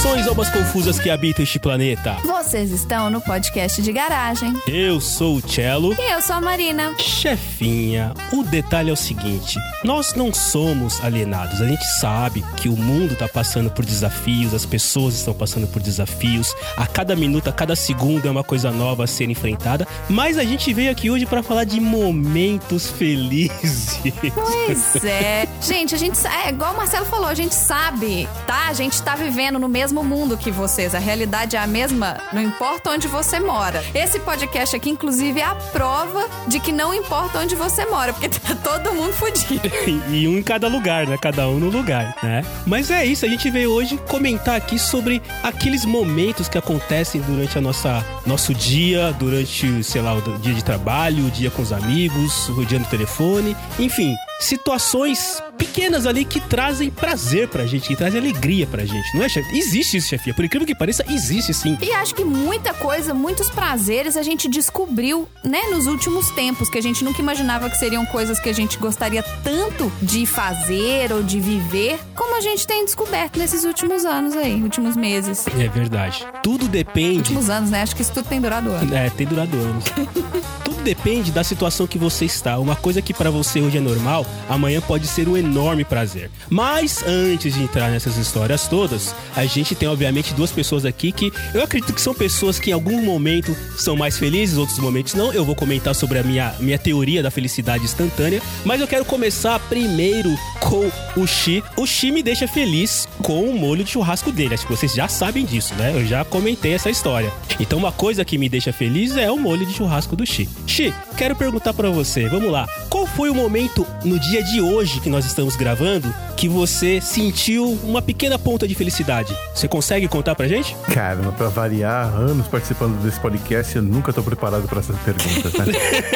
Saudações, almas confusas que habitam este planeta. Vocês estão no podcast de garagem. Eu sou o Cello. E eu sou a Marina. Chefinha, o detalhe é o seguinte: nós não somos alienados. A gente sabe que o mundo tá passando por desafios, as pessoas estão passando por desafios. A cada minuto, a cada segundo é uma coisa nova a ser enfrentada. Mas a gente veio aqui hoje pra falar de momentos felizes. Pois é. Gente, igual o Marcelo falou, a gente sabe, tá? A gente tá vivendo no mesmo mundo que vocês. A realidade é a mesma, não importa onde você mora. Esse podcast aqui, inclusive, é a prova de que não importa onde você mora, porque tá todo mundo fudido. E um em cada lugar, né? Cada um no lugar, né? Mas é isso, a gente veio hoje comentar aqui sobre aqueles momentos que acontecem durante nosso dia, durante, sei lá, o dia de trabalho, o dia com os amigos, o dia no telefone, enfim, situações pequenas ali que trazem prazer pra gente, que trazem alegria pra gente, não é, chefe? Existe isso, chefia, por incrível que pareça, existe sim. E acho que muita coisa, muitos prazeres a gente descobriu, né, nos últimos tempos, que a gente nunca imaginava que seriam coisas que a gente gostaria tanto de fazer ou de viver, como a gente tem descoberto nesses últimos anos aí, últimos meses. É verdade. Tudo depende... Últimos anos, né? Acho que isso tudo tem durado anos. É, tem durado anos. Tudo depende da situação que você está. Uma coisa que pra você hoje é normal, amanhã pode ser um enorme prazer. Mas antes de entrar nessas histórias todas, a gente tem obviamente duas pessoas aqui que eu acredito que são pessoas que em algum momento são mais felizes, outros momentos não. Eu vou comentar sobre a minha teoria da felicidade instantânea, mas eu quero começar primeiro com o Xi. O Xi me deixa feliz com o molho de churrasco dele. Acho que vocês já sabem disso, né? Eu já comentei essa história. Então uma coisa que me deixa feliz é o molho de churrasco do Xi. Xi, quero perguntar pra você, vamos lá. Qual foi o momento no dia de hoje que nós estamos gravando que você sentiu uma pequena ponta de felicidade? Você consegue contar pra gente? Caramba, pra variar, anos participando desse podcast, eu nunca tô preparado pra essas perguntas, né?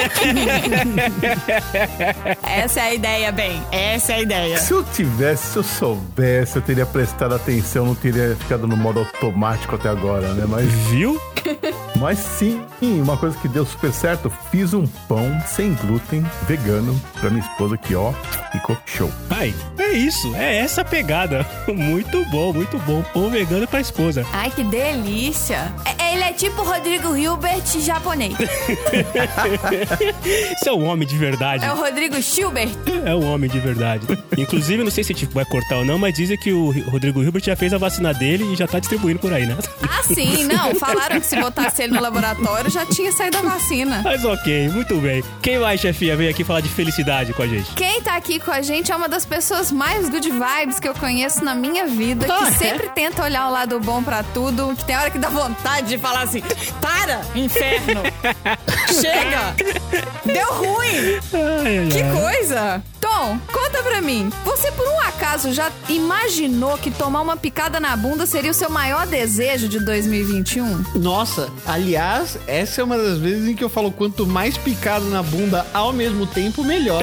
Essa é a ideia, bem. Essa é a ideia. Se eu soubesse, eu teria prestado atenção, não teria ficado no modo automático até agora, né? Mas... Viu? Mas sim, uma coisa que deu super certo, fiz um pão sem glúten, vegano, pra minha esposa que, ó, ficou show. Ai, é isso, é essa a pegada. Muito bom, pão vegano pra esposa. Ai, que delícia. Ele é tipo o Rodrigo Hilbert japonês. Isso é um homem de verdade. É o Rodrigo Hilbert. É um homem de verdade. Inclusive, não sei se a gente vai cortar ou não, mas dizem que o Rodrigo Hilbert já fez a vacina dele e já tá distribuindo por aí, né? Ah, sim, não. Falaram que se botasse ele no laboratório já tinha saído a vacina. Mas ok, muito bem. Quem mais, chefinha, veio aqui falar de felicidade com a gente? Quem tá aqui com a gente é uma das pessoas mais good vibes que eu conheço na minha vida, que sempre tenta olhar o lado bom pra tudo, que tem hora que dá vontade de falar assim: para, inferno! Chega! Deu ruim! Que coisa! Tom, conta pra mim, você por um acaso já imaginou que tomar uma picada na bunda seria o seu maior desejo de 2021? Nossa, aliás, essa é uma das vezes em que eu falo quanto mais picada na bunda ao mesmo tempo, melhor.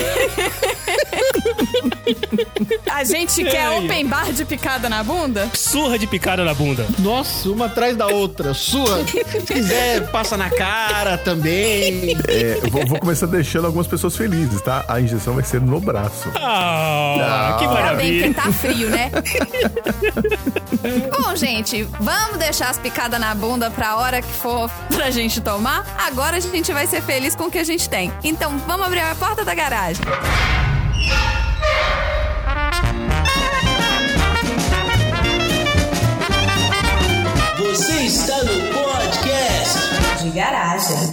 A gente quer open bar de picada na bunda? Surra de picada na bunda. Nossa, uma atrás da outra. Sua. Se quiser, passa na cara também. Vou começar deixando algumas pessoas felizes, tá? A injeção vai ser no braço. Que Ainda maravilha. bem que tá frio, né? Bom, gente, vamos deixar as picadas na bunda pra hora que for pra gente tomar? Agora a gente vai ser feliz com o que a gente tem. Então, vamos abrir a porta da garagem. Você está no podcast De garagem.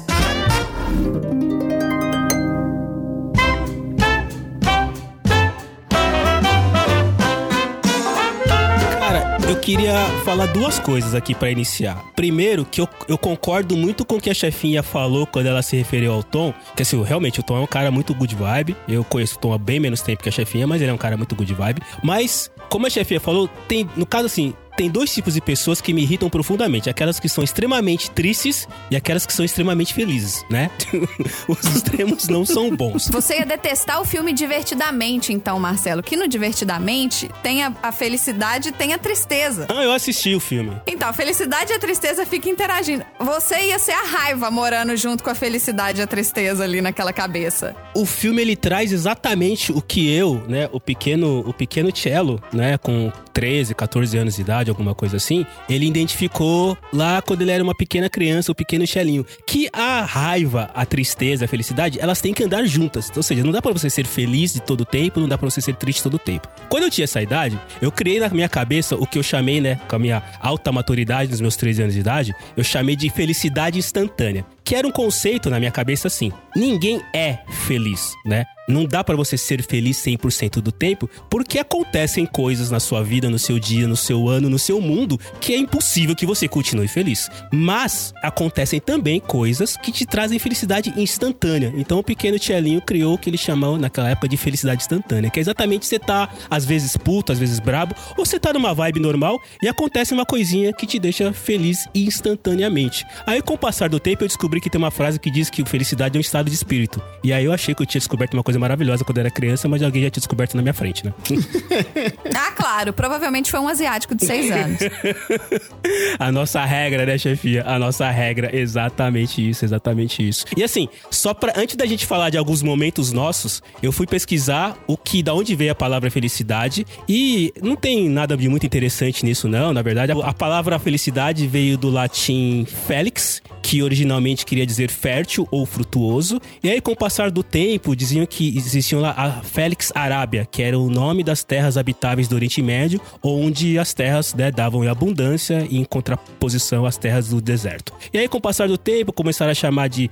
Cara, eu queria falar duas coisas aqui pra iniciar. Primeiro, que eu concordo muito com o que a chefinha falou quando ela se referiu ao Tom. Que assim, realmente, o Tom é um cara muito good vibe. Eu conheço o Tom há bem menos tempo que a chefinha, mas ele é um cara muito good vibe. Mas, como a chefinha falou, tem, no caso assim... Tem dois tipos de pessoas que me irritam profundamente. Aquelas que são extremamente tristes e aquelas que são extremamente felizes, né? Os extremos não são bons. Você ia detestar o filme Divertidamente, então, Marcelo. Que no Divertidamente tem a felicidade e tem a tristeza. Ah, eu assisti o filme. Então, a felicidade e a tristeza ficam interagindo. Você ia ser a raiva morando junto com a felicidade e a tristeza ali naquela cabeça. O filme, ele traz exatamente o que eu, né, o pequeno Cello, né, com 13, 14 anos de idade, felicidade, alguma coisa assim, ele identificou lá quando ele era uma pequena criança, o pequeno Chelinho, que a raiva, a tristeza, a felicidade, elas têm que andar juntas. Ou seja, não dá pra você ser feliz de todo o tempo, não dá pra você ser triste todo o tempo. Quando eu tinha essa idade, eu criei na minha cabeça o que eu chamei, né, com a minha alta maturidade nos meus 13 anos de idade, eu chamei de felicidade instantânea. Que era um conceito na minha cabeça assim: ninguém é feliz, né? Não dá pra você ser feliz 100% do tempo, porque acontecem coisas na sua vida, no seu dia, no seu ano, no seu mundo, que é impossível que você continue feliz. Mas acontecem também coisas que te trazem felicidade instantânea. Então o pequeno Chelinho criou o que ele chamou naquela época de felicidade instantânea, que é exatamente você tá às vezes puto, às vezes brabo, ou você tá numa vibe normal e acontece uma coisinha que te deixa feliz instantaneamente. Aí com o passar do tempo eu descobri que tem uma frase que diz que felicidade é um estado de espírito. E aí eu achei que eu tinha descoberto uma coisa maravilhosa quando eu era criança, mas alguém já tinha descoberto na minha frente, né? Ah, claro. Provavelmente foi um asiático de 6 anos. A nossa regra, né, chefia? A nossa regra, exatamente isso, exatamente isso. E assim, antes da gente falar de alguns momentos nossos, eu fui pesquisar da onde veio a palavra felicidade, e não tem nada de muito interessante nisso, não. Na verdade, a palavra felicidade veio do latim felix, que originalmente queria dizer fértil ou frutuoso. E aí, com o passar do tempo, diziam que existiam lá a Felix Arábia, que era o nome das terras habitáveis do Oriente Médio, onde as terras, né, davam em abundância em contraposição às terras do deserto. E aí, com o passar do tempo, começaram a chamar de...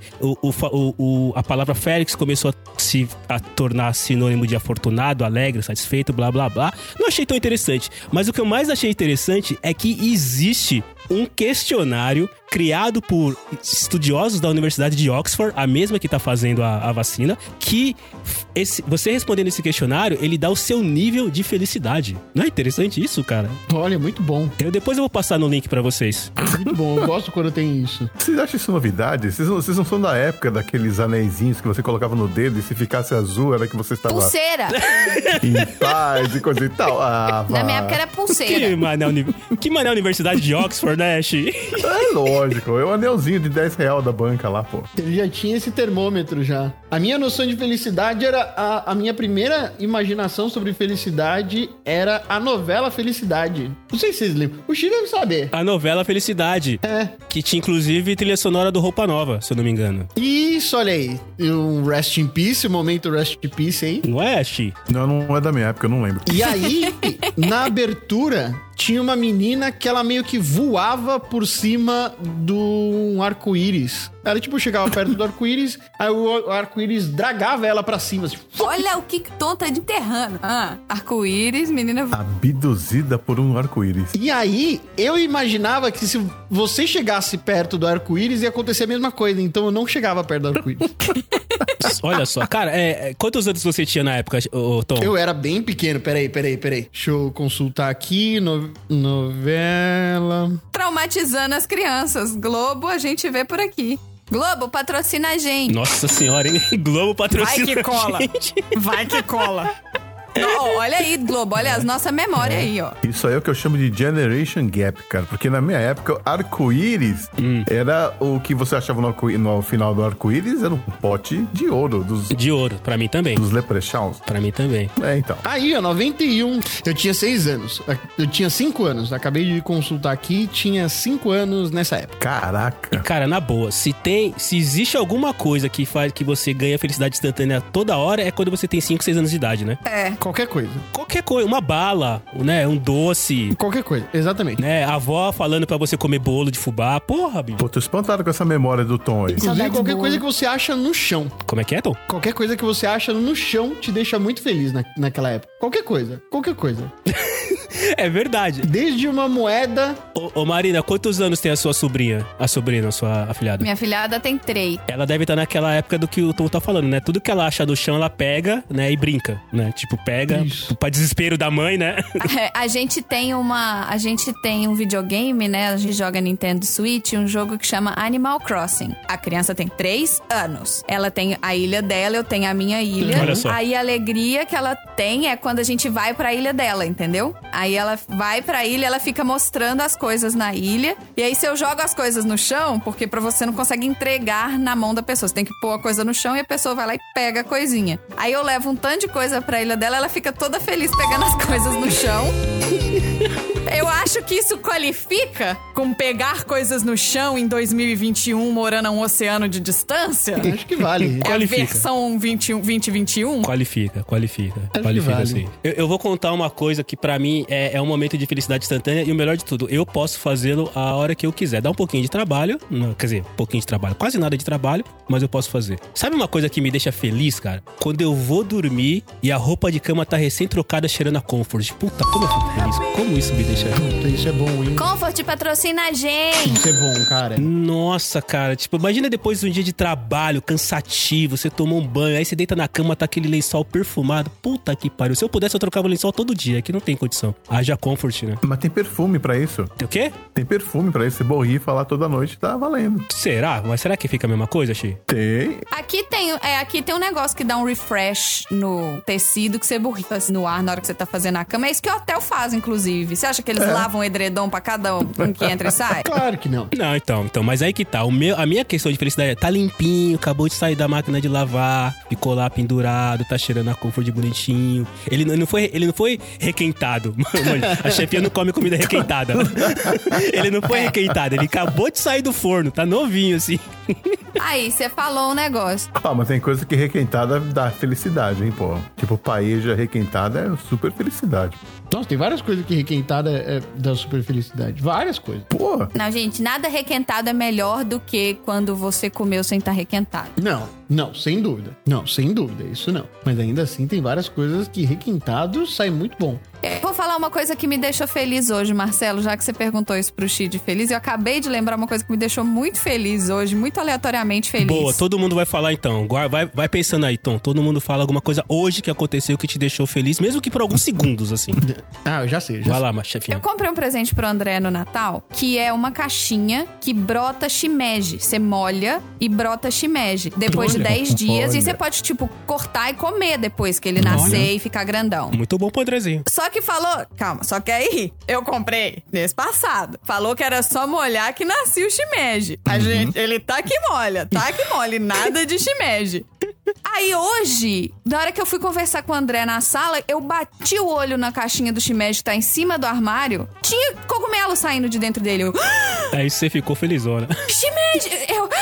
a palavra Félix começou a tornar sinônimo de afortunado, alegre, satisfeito, blá, blá, blá. Não achei tão interessante. Mas o que eu mais achei interessante é que existe um questionário criado por estudiosos da Universidade de Oxford, a mesma que está fazendo a vacina, que você respondendo esse questionário, ele dá o seu nível de felicidade. Não é interessante isso, cara? Olha, muito bom. Depois eu vou passar no link pra vocês. Muito bom, eu gosto quando tem isso. Vocês acham isso novidade? Vocês não são da época daqueles anéisinhos que você colocava no dedo e se ficasse azul era que você estava... Pulseira! Em paz e coisa e tal. Na minha época era pulseira. Que mané Universidade de Oxford, né, Xi? É lógico, é um anelzinho de R$10 da banca lá, pô. Ele já tinha esse termômetro já. A minha noção de felicidade era... A minha primeira imaginação sobre felicidade era a novela Felicidade. Não sei se vocês lembram. O Xi deve saber. A novela Felicidade. É. Que tinha, inclusive, trilha sonora do Roupa Nova, se eu não me engano. Isso, olha aí. Um Rest in Peace, o momento Rest in Peace aí. Não é, Xi? Não é da minha época, eu não lembro. E aí, na abertura... tinha uma menina que ela meio que voava por cima do arco-íris. Ela, tipo, chegava perto do arco-íris, aí o arco-íris dragava ela pra cima, assim. Olha o que tonta de terrano. Arco-íris, menina... Abduzida por um arco-íris. E aí, eu imaginava que se você chegasse perto do arco-íris, ia acontecer a mesma coisa. Então, eu não chegava perto do arco-íris. Olha só, cara, quantos anos você tinha na época, Tom? Eu era bem pequeno, peraí. Deixa eu consultar aqui, novela... Traumatizando as crianças. Globo, a gente vê por aqui. Globo, patrocina a gente. Nossa senhora, hein? Globo patrocina Vai que cola. a gente. Vai que cola. Olha aí, Globo, olha as nossas memórias aí, ó. Isso aí é o que eu chamo de Generation Gap, cara. Porque na minha época, arco-íris era o que você achava no final do arco-íris, era um pote de ouro. De ouro, pra mim também. Dos leprechauns. Pra mim também. É, então. Aí, ó, 91. Eu tinha 6 anos. Eu tinha 5 anos. Acabei de consultar aqui, tinha 5 anos nessa época. Caraca. Cara, na boa, se existe alguma coisa que faz que você ganha felicidade instantânea toda hora, é quando você tem 5, 6 anos de idade, né? É. Qualquer coisa. Qualquer coisa, uma bala, né? Um doce. Qualquer coisa, exatamente. Né? A avó falando pra você comer bolo de fubá. Porra, bicho. Pô, tô espantado com essa memória do Tom aí. Inclusive, Saudade qualquer boa. coisa que você acha no chão. Como é que é, Tom? Qualquer coisa que você acha no chão te deixa muito feliz naquela época. Qualquer coisa. É verdade. Desde uma moeda... Ô Marina, quantos anos tem a sua sobrinha? A sua afilhada? Minha filhada tem 3. Ela deve estar naquela época do que o Tom tá falando, né? Tudo que ela acha no chão, ela pega, né? E brinca, né? Tipo, pega pra desespero da mãe, né? A gente tem um videogame, né? A gente joga Nintendo Switch, um jogo que chama Animal Crossing. A criança tem 3 anos. Ela tem a ilha dela, eu tenho a minha ilha. Olha só. Aí a alegria que ela tem é quando a gente vai pra ilha dela, entendeu? Aí ela vai pra ilha, ela fica mostrando as coisas na ilha. E aí se eu jogo as coisas no chão, porque pra você não consegue entregar na mão da pessoa, você tem que pôr a coisa no chão e a pessoa vai lá e pega a coisinha. Aí eu levo um tanto de coisa pra ilha dela, ela fica toda feliz pegando as coisas no chão. Eu acho que isso qualifica com pegar coisas no chão em 2021, morando a um oceano de distância. Acho que vale. É a versão 2021. Qualifica que vale. sim. Eu vou contar uma coisa que pra mim é um momento de felicidade instantânea e o melhor de tudo, eu posso fazê-lo a hora que eu quiser. Dá um pouquinho de trabalho, quer dizer, um pouquinho de trabalho, quase nada de trabalho, mas eu posso fazer. Sabe uma coisa que me deixa feliz, cara? Quando eu vou dormir e a roupa de cama tá recém-trocada cheirando a Comfort. Puta, como eu fico feliz. Como isso me deixa... Puta, isso é bom, hein? Comfort patrocina a gente. Isso é bom, cara. Nossa, cara, tipo, imagina depois de um dia de trabalho cansativo, você tomou um banho, aí você deita na cama, tá aquele lençol perfumado. Puta que pariu. Se eu pudesse, eu trocava o lençol todo dia, que não tem condição. Haja Comfort, né? Mas tem perfume pra isso. Tem o quê? Tem perfume pra isso. Você borrifa lá toda noite, tá valendo. Será? Mas será que fica a mesma coisa, Xi? Tem. Aqui tem um negócio que dá um refresh no tecido que você borrifa no ar na hora que você tá fazendo a cama. É isso que o hotel faz, inclusive. Você acha que eles lavam edredom pra cada um que entra e sai? Claro que não. Não, então, mas aí que tá. A minha questão de felicidade é tá limpinho, acabou de sair da máquina de lavar, ficou lá pendurado, tá cheirando a Comfort de bonitinho. Ele não foi requentado. A chefia não come comida requentada. Ele não foi requentado, ele acabou de sair do forno, tá novinho assim. Aí, você falou um negócio. Ah, mas tem coisa que requentada dá felicidade, hein, pô. Tipo, paeja requentada é super felicidade. Nossa, tem várias coisas que requentada dá super felicidade. Várias coisas. Pô. Não, gente, nada requentado é melhor do que quando você comeu sem estar requentado. Não, sem dúvida. Não, sem dúvida, isso não. Mas ainda assim tem várias coisas que requentado sai muito bom. Eu vou falar uma coisa que me deixou feliz hoje, Marcelo, já que você perguntou isso pro Xi de feliz. Eu acabei de lembrar uma coisa que me deixou muito feliz hoje, muito aleatoriamente feliz. Boa, todo mundo vai falar então. Vai pensando aí, Tom. Todo mundo fala alguma coisa hoje que aconteceu que te deixou feliz, mesmo que por alguns segundos, assim. Ah, eu já sei. Vai lá, chefinha. Eu comprei um presente pro André no Natal, que é uma caixinha que brota shimeji. Você molha e brota shimeji. Depois de 10 dias, e você pode, tipo, cortar e comer depois que ele nascer e ficar grandão. Muito bom pro Andrezinho. Só que falou... Calma, só que aí eu comprei mês passado. Falou que era só molhar que nascia o shimeji. A gente, ele tá que molha, nada de shimeji. Aí hoje, na hora que eu fui conversar com o André na sala, eu bati o olho na caixinha do shimeji que tá em cima do armário. Tinha cogumelo saindo de dentro dele. Aí você ficou felizona. Shimeji!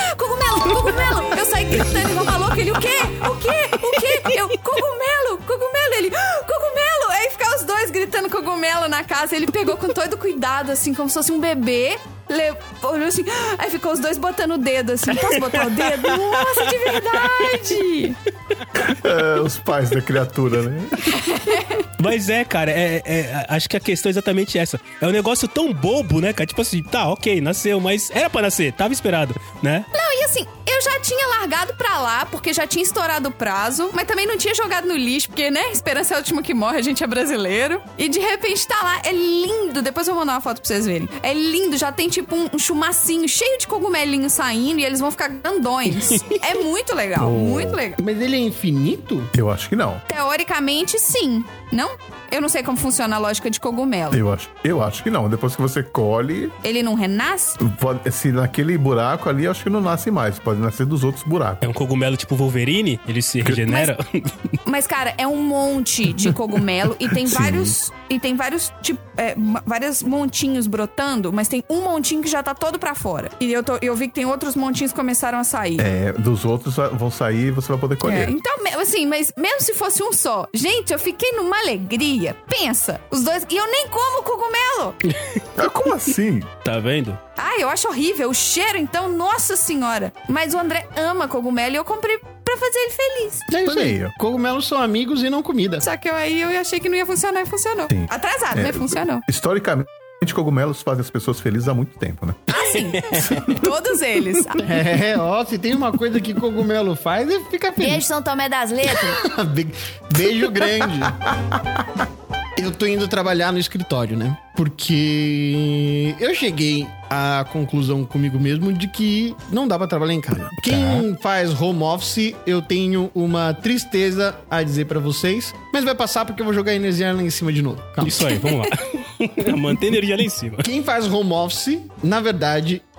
Cogumelo! Eu saí gritando igual uma louca. Ele, o quê? Eu, cogumelo! Ele, cogumelo! Aí ficaram os dois gritando cogumelo na casa. Ele pegou com todo cuidado, assim, como se fosse um bebê. Olhou assim, aí ficou os dois botando o dedo assim. Posso botar o dedo? Nossa, de verdade! Os pais da criatura, né? Mas cara, acho que a questão é exatamente essa. É um negócio tão bobo, né, cara? Tipo assim, tá, ok, nasceu, mas era pra nascer, tava esperado, né? Não, e assim, eu já tinha largado pra lá, porque já tinha estourado o prazo, mas também não tinha jogado no lixo, porque, né, esperança é o último que morre, a gente é brasileiro. E de repente tá lá, é lindo, depois eu vou mandar uma foto pra vocês verem. É lindo, já tem tipo um chumacinho cheio de cogumelinho saindo e eles vão ficar grandões. É muito legal, muito legal. Mas ele é infinito? Eu acho que não. Teoricamente, sim. Não? Eu não sei como funciona a lógica de cogumelo. Eu acho que não. Depois que você colhe... Ele não renasce? Se naquele buraco ali, eu acho que não nasce mais. Pode nascer dos outros buracos. É um cogumelo tipo Wolverine? Ele se regenera? Mas cara, é um monte de cogumelo e tem vários... E tem vários, tipo, vários montinhos brotando, mas tem um montinho que já tá todo pra fora. E eu vi que tem outros montinhos que começaram a sair. Dos outros vão sair e você vai poder colher. Então, assim, mas mesmo se fosse um só. Gente, eu fiquei numa alegria. Pensa, os dois... E eu nem como cogumelo. Como assim? Tá vendo? Ai, eu acho horrível. O cheiro, então, nossa senhora. Mas o André ama cogumelo e eu comprei pra fazer ele feliz. É isso aí. Cogumelos são amigos e não comida. Só que eu achei que não ia funcionar e funcionou. Sim. Atrasado, mas funcionou. Historicamente, cogumelos fazem as pessoas felizes há muito tempo, né? Ah, sim. Todos eles. Se tem uma coisa que cogumelo faz, ele fica feliz. Beijo, São Tomé das Letras. Beijo grande. Eu tô indo trabalhar no escritório, né? Porque eu cheguei à conclusão comigo mesmo de que não dá pra trabalhar em casa. Quem faz home office, eu tenho uma tristeza a dizer pra vocês, mas vai passar porque eu vou jogar energia lá em cima de novo. Calma. Isso aí, vamos lá. Mantém a energia lá em cima. Quem faz home office, na verdade,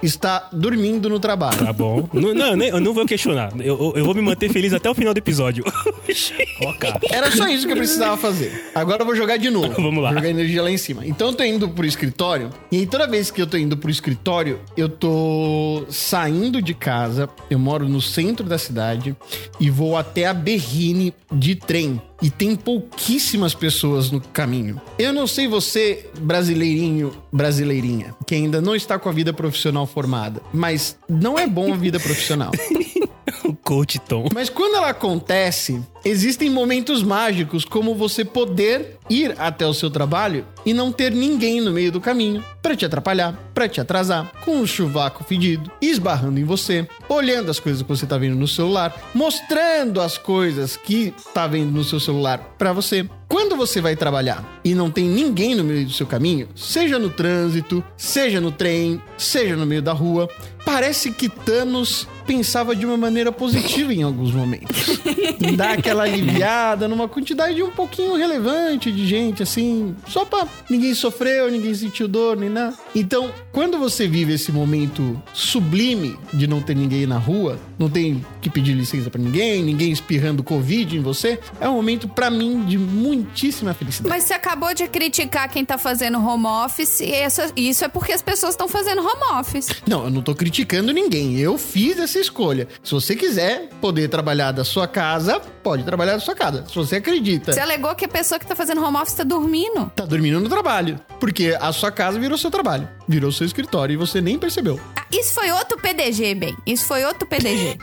está dormindo no trabalho. Tá bom. Eu não vou questionar. Eu vou me manter feliz até o final do episódio. Ó, cara. Era só isso que eu precisava fazer. Agora eu vou jogar de novo. Vamos lá. Vou jogar energia lá em cima. Então eu tô indo pro escritório. E aí toda vez que eu tô indo pro escritório, eu tô saindo de casa. Eu moro no centro da cidade. E vou até a Berrine de trem. E tem pouquíssimas pessoas no caminho. Eu não sei você, brasileirinho, brasileirinha, que ainda não está com a vida profissional formada. Mas não é bom a vida profissional. O coach Tom. Mas quando ela acontece, existem momentos mágicos, como você poder ir até o seu trabalho e não ter ninguém no meio do caminho pra te atrapalhar, pra te atrasar, com um chuvaco fedido, esbarrando em você, olhando as coisas que você tá vendo no celular, mostrando as coisas que tá vendo no seu celular pra você. Quando você vai trabalhar e não tem ninguém no meio do seu caminho, seja no trânsito, seja no trem, seja no meio da rua, parece que Thanos pensava de uma maneira positiva em alguns momentos. Dá aquela aliviada numa quantidade um pouquinho relevante de gente, assim, só pra ninguém sofreu, ninguém sentiu dor, nem nada. Então, quando você vive esse momento sublime de não ter ninguém na rua, não tem que pedir licença pra ninguém espirrando Covid em você, é um momento, pra mim, de muitíssima felicidade. Mas você acabou de criticar quem tá fazendo home office, e isso é porque as pessoas estão fazendo home office. Não, eu não tô criticando ninguém. Eu fiz essa escolha. Se você quiser poder trabalhar da sua casa, pode trabalhar da sua casa. Se você acredita. Você alegou que a pessoa que tá fazendo home office tá dormindo. Tá dormindo no trabalho. Porque a sua casa virou seu trabalho. Virou seu escritório e você nem percebeu. Ah, isso foi outro PDG, bem. Isso foi outro PDG.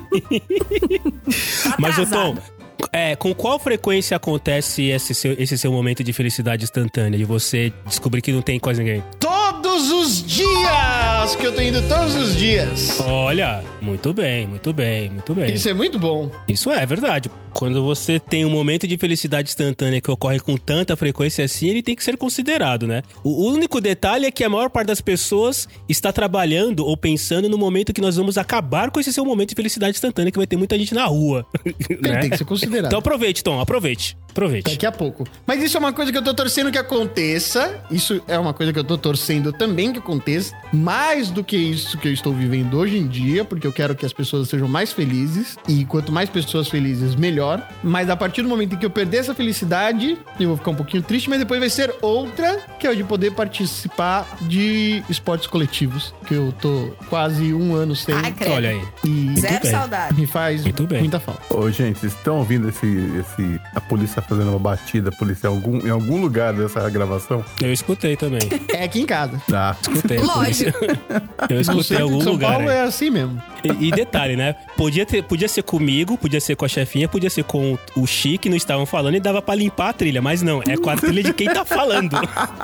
Tá Mas, ô atrasado. Tom, com qual frequência acontece esse seu momento de felicidade instantânea? De você descobrir que não tem quase ninguém? Todos os dias! Que eu tô indo todos os dias. Olha, muito bem, muito bem, muito bem. Isso é muito bom. Isso é verdade. Quando você tem um momento de felicidade instantânea que ocorre com tanta frequência assim, ele tem que ser considerado, né? O único detalhe é que a maior parte das pessoas está trabalhando ou pensando no momento que nós vamos acabar com esse seu momento de felicidade instantânea, que vai ter muita gente na rua. Ele tem que ser considerado. Então aproveite, Tom, aproveite. Daqui a pouco. Mas isso é uma coisa que eu tô torcendo que aconteça. Isso é uma coisa que eu tô torcendo também que aconteça. Mais do que isso que eu estou vivendo hoje em dia, porque eu quero que as pessoas sejam mais felizes. E quanto mais pessoas felizes, melhor. Mas a partir do momento em que eu perder essa felicidade, eu vou ficar um pouquinho triste, mas depois vai ser outra, que é o de poder participar de esportes coletivos. Que eu tô quase 1 ano sem. Ai, credo. Olha aí. E Zero bem. saudade. me faz Muito bem. muita falta. Ô, gente, vocês estão ouvindo a polícia fazendo uma batida policial em algum lugar dessa gravação? Eu escutei também. É aqui em casa. Tá. Escutei. Lógico. Eu No escutei em centro algum de São lugar. Paulo aí. é assim mesmo. E detalhe, né? Podia ser comigo, podia ser com a chefinha, podia ser com o Chi, que não estavam falando, e dava pra limpar a trilha. Mas não, é com a trilha de quem tá falando.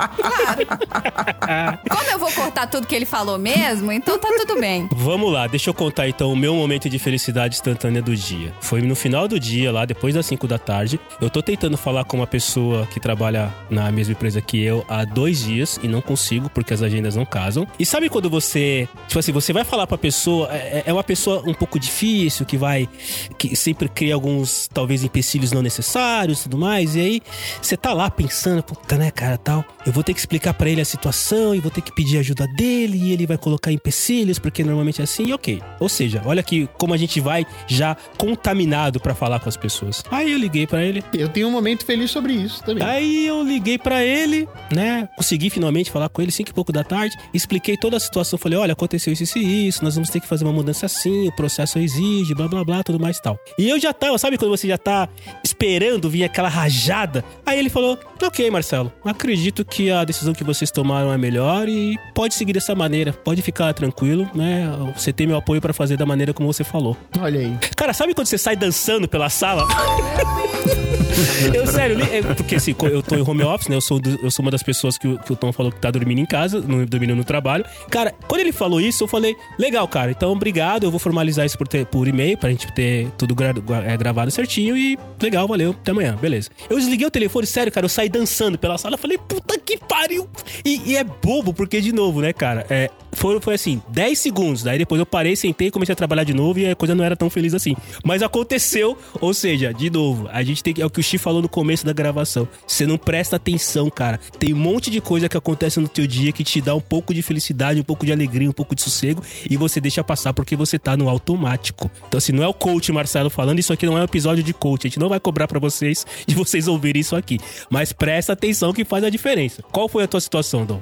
Como eu vou cortar tudo que ele falou mesmo, então tá tudo bem. Vamos lá, deixa eu contar então o meu momento de felicidade instantânea do dia. Foi no final do dia, lá depois das 5 da tarde. Eu tô tentando falar com uma pessoa que trabalha na mesma empresa que eu há 2 dias e não consigo porque as agendas não casam. E sabe quando você, tipo assim, você vai falar pra pessoa, é uma pessoa um pouco difícil, que sempre cria alguns, talvez, empecilhos não necessários e tudo mais. E aí você tá lá pensando, puta, né, cara, tal. Eu vou ter que explicar pra ele a situação e vou ter que pedir ajuda dele e ele vai colocar empecilhos, porque normalmente é assim, e ok. Ou seja, olha aqui como a gente vai já contaminado pra falar com as pessoas. Aí eu liguei pra ele. Eu tenho um momento feliz sobre isso também. Aí eu liguei pra ele, né? Consegui finalmente falar com ele 5 e pouco da tarde. Expliquei toda a situação. Falei, olha, aconteceu isso e isso. Nós vamos ter que fazer uma mudança assim. O processo exige, blá, blá, blá, tudo mais e tal. E eu já tava, sabe quando você já tá esperando vir aquela rajada? Aí ele falou, ok, Marcelo, acredito que a decisão que vocês tomaram é melhor e pode seguir dessa maneira. Pode ficar tranquilo, né? Você tem meu apoio pra fazer da maneira como você falou. Olha aí. Cara, sabe quando você sai dançando pela sala? Eu, sério, porque assim, eu tô em home office, né? Eu sou uma das pessoas que o Tom falou que tá dormindo em casa, dormindo no trabalho. Cara, quando ele falou isso, eu falei, legal, cara, então obrigado, eu vou formalizar isso por e-mail, pra gente ter tudo gravado certinho e legal, valeu, até amanhã, beleza. Eu desliguei o telefone, sério, cara, eu saí dançando pela sala, eu falei, puta que pariu! E é bobo, porque, de novo, né, cara, Foi assim, 10 segundos. Daí depois eu parei, sentei, comecei a trabalhar de novo e a coisa não era tão feliz assim. Mas aconteceu, ou seja, de novo, a gente tem que... É o que o Chi falou no começo da gravação. Você não presta atenção, cara. Tem um monte de coisa que acontece no teu dia que te dá um pouco de felicidade, um pouco de alegria, um pouco de sossego e você deixa passar porque você tá no automático. Então assim, não é o coach Marcelo falando, isso aqui não é um episódio de coach. A gente não vai cobrar pra vocês de vocês ouvirem isso aqui. Mas presta atenção que faz a diferença. Qual foi a tua situação, Dom?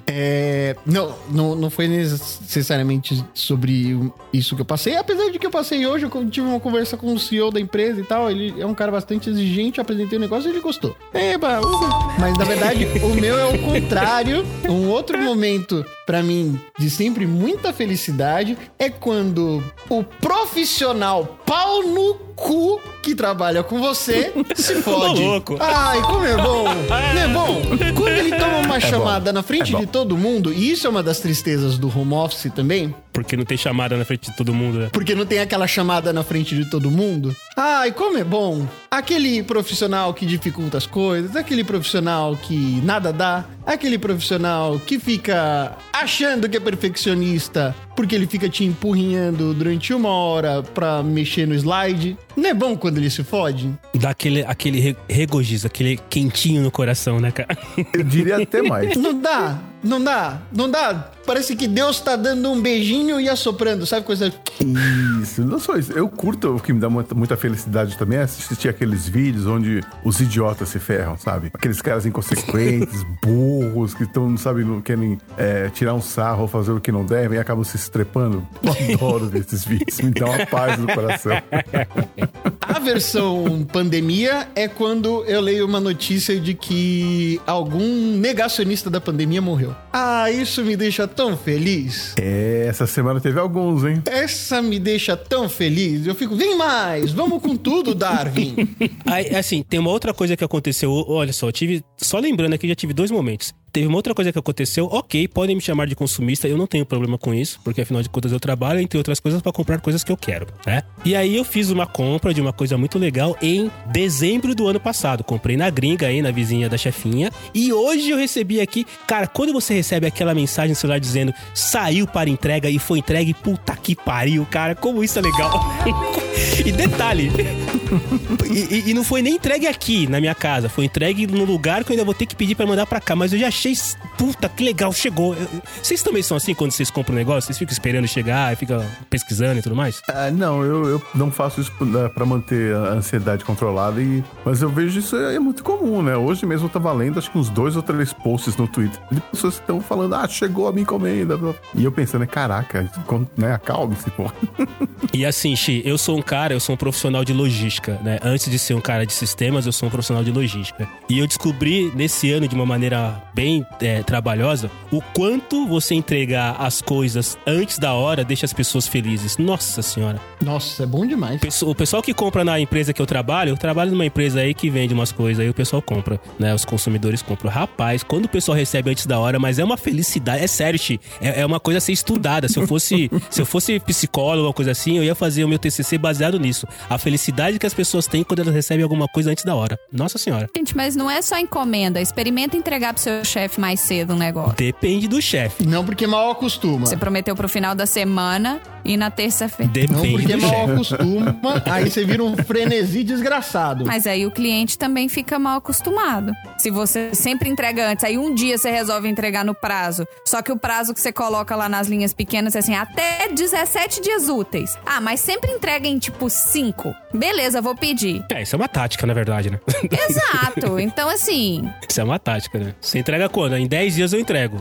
Não foi necessariamente sobre isso que eu passei. Apesar de que eu passei hoje, eu tive uma conversa com o CEO da empresa e tal. Ele é um cara bastante exigente, eu apresentei o negócio e ele gostou. Mas na verdade, o meu é o contrário. Um outro momento, pra mim, de sempre muita felicidade é quando o profissional pau no cu que trabalha com você se fode. Louco. Ai, como é bom. Não é bom? Quando ele toma uma chamada na frente de todo mundo, e isso é uma das tristezas do home office também. Porque não tem chamada na frente de todo mundo, né? Porque não tem aquela chamada na frente de todo mundo. Ai, como é bom. Aquele profissional que dificulta as coisas, aquele profissional que nada dá, aquele profissional que fica achando que é perfeccionista porque ele fica te empurrinhando durante 1 hora pra mexer no slide. Não é bom quando ele se fode? Dá aquele regozijo, aquele quentinho no coração, né, cara? Eu diria até mais. Não dá. Parece que Deus tá dando um beijinho e assoprando, sabe? Coisa... Isso, não só isso. Eu curto, o que me dá muita felicidade também é assistir aqueles vídeos onde os idiotas se ferram, sabe? Aqueles caras inconsequentes, burros, que não querem tirar um sarro ou fazer o que não devem e acabam se estrepando. Eu adoro ver esses vídeos, me dá uma paz no coração. A versão pandemia é quando eu leio uma notícia de que algum negacionista da pandemia morreu. Ah, isso me deixa tão feliz. Essa semana teve alguns, hein? Essa me deixa tão feliz. Eu fico, vem mais, vamos com tudo, Darwin. Aí, assim, tem uma outra coisa que aconteceu. Olha só, só lembrando aqui, já tive 2 momentos. Teve uma outra coisa que aconteceu, ok, podem me chamar de consumista, eu não tenho problema com isso, porque afinal de contas eu trabalho, entre outras coisas, pra comprar coisas que eu quero, né? E aí eu fiz uma compra de uma coisa muito legal em dezembro do ano passado. Comprei na gringa aí, na vizinha da chefinha, e hoje eu recebi aqui, cara, quando você recebe aquela mensagem no celular dizendo saiu para entrega e foi entregue, puta que pariu, cara, como isso é legal. E detalhe, e não foi nem entregue aqui na minha casa, foi entregue no lugar que eu ainda vou ter que pedir pra mandar pra cá, mas eu já achei, puta, que legal, chegou. Vocês também são assim quando vocês compram um negócio? Vocês ficam esperando chegar e ficam pesquisando e tudo mais? Não, eu não faço isso pra manter a ansiedade controlada, mas eu vejo isso é muito comum, né? Hoje mesmo eu tava lendo, acho que uns 2 ou 3 posts no Twitter de pessoas que estão falando, chegou a minha encomenda. E eu pensando, caraca, né? Acalme-se, pô. E assim, Xi, eu sou um profissional de logística, né? Antes de ser um cara de sistemas, eu sou um profissional de logística. E eu descobri nesse ano, de uma maneira bem trabalhosa, o quanto você entregar as coisas antes da hora deixa as pessoas felizes. Nossa senhora. Nossa, é bom demais. O pessoal que compra na empresa que eu trabalho numa empresa aí que vende umas coisas aí, o pessoal compra, né? Os consumidores compram. Rapaz, quando o pessoal recebe antes da hora, mas é uma felicidade, é sério, Xi, é uma coisa a ser estudada. Se eu fosse psicólogo ou coisa assim, eu ia fazer o meu TCC baseado nisso. A felicidade que as pessoas têm quando elas recebem alguma coisa antes da hora. Nossa senhora. Gente, mas não é só encomenda. Experimenta entregar pro seu chefe mais cedo um negócio. Depende do chefe. Não, porque mal acostuma. Você prometeu pro final da semana e na terça-feira. Depende não, porque do mal chefe. acostuma, aí você vira um frenesi desgraçado. Mas aí o cliente também fica mal acostumado. Se você sempre entrega antes, aí um dia você resolve entregar no prazo, só que o prazo que você coloca lá nas linhas pequenas é assim, até 17 dias úteis. Ah, mas sempre entrega em tipo 5. Beleza, vou pedir. Isso é uma tática, na verdade, né? Exato. Então, assim... Isso é uma tática, né? Você entrega quando? Em 10 dias eu entrego.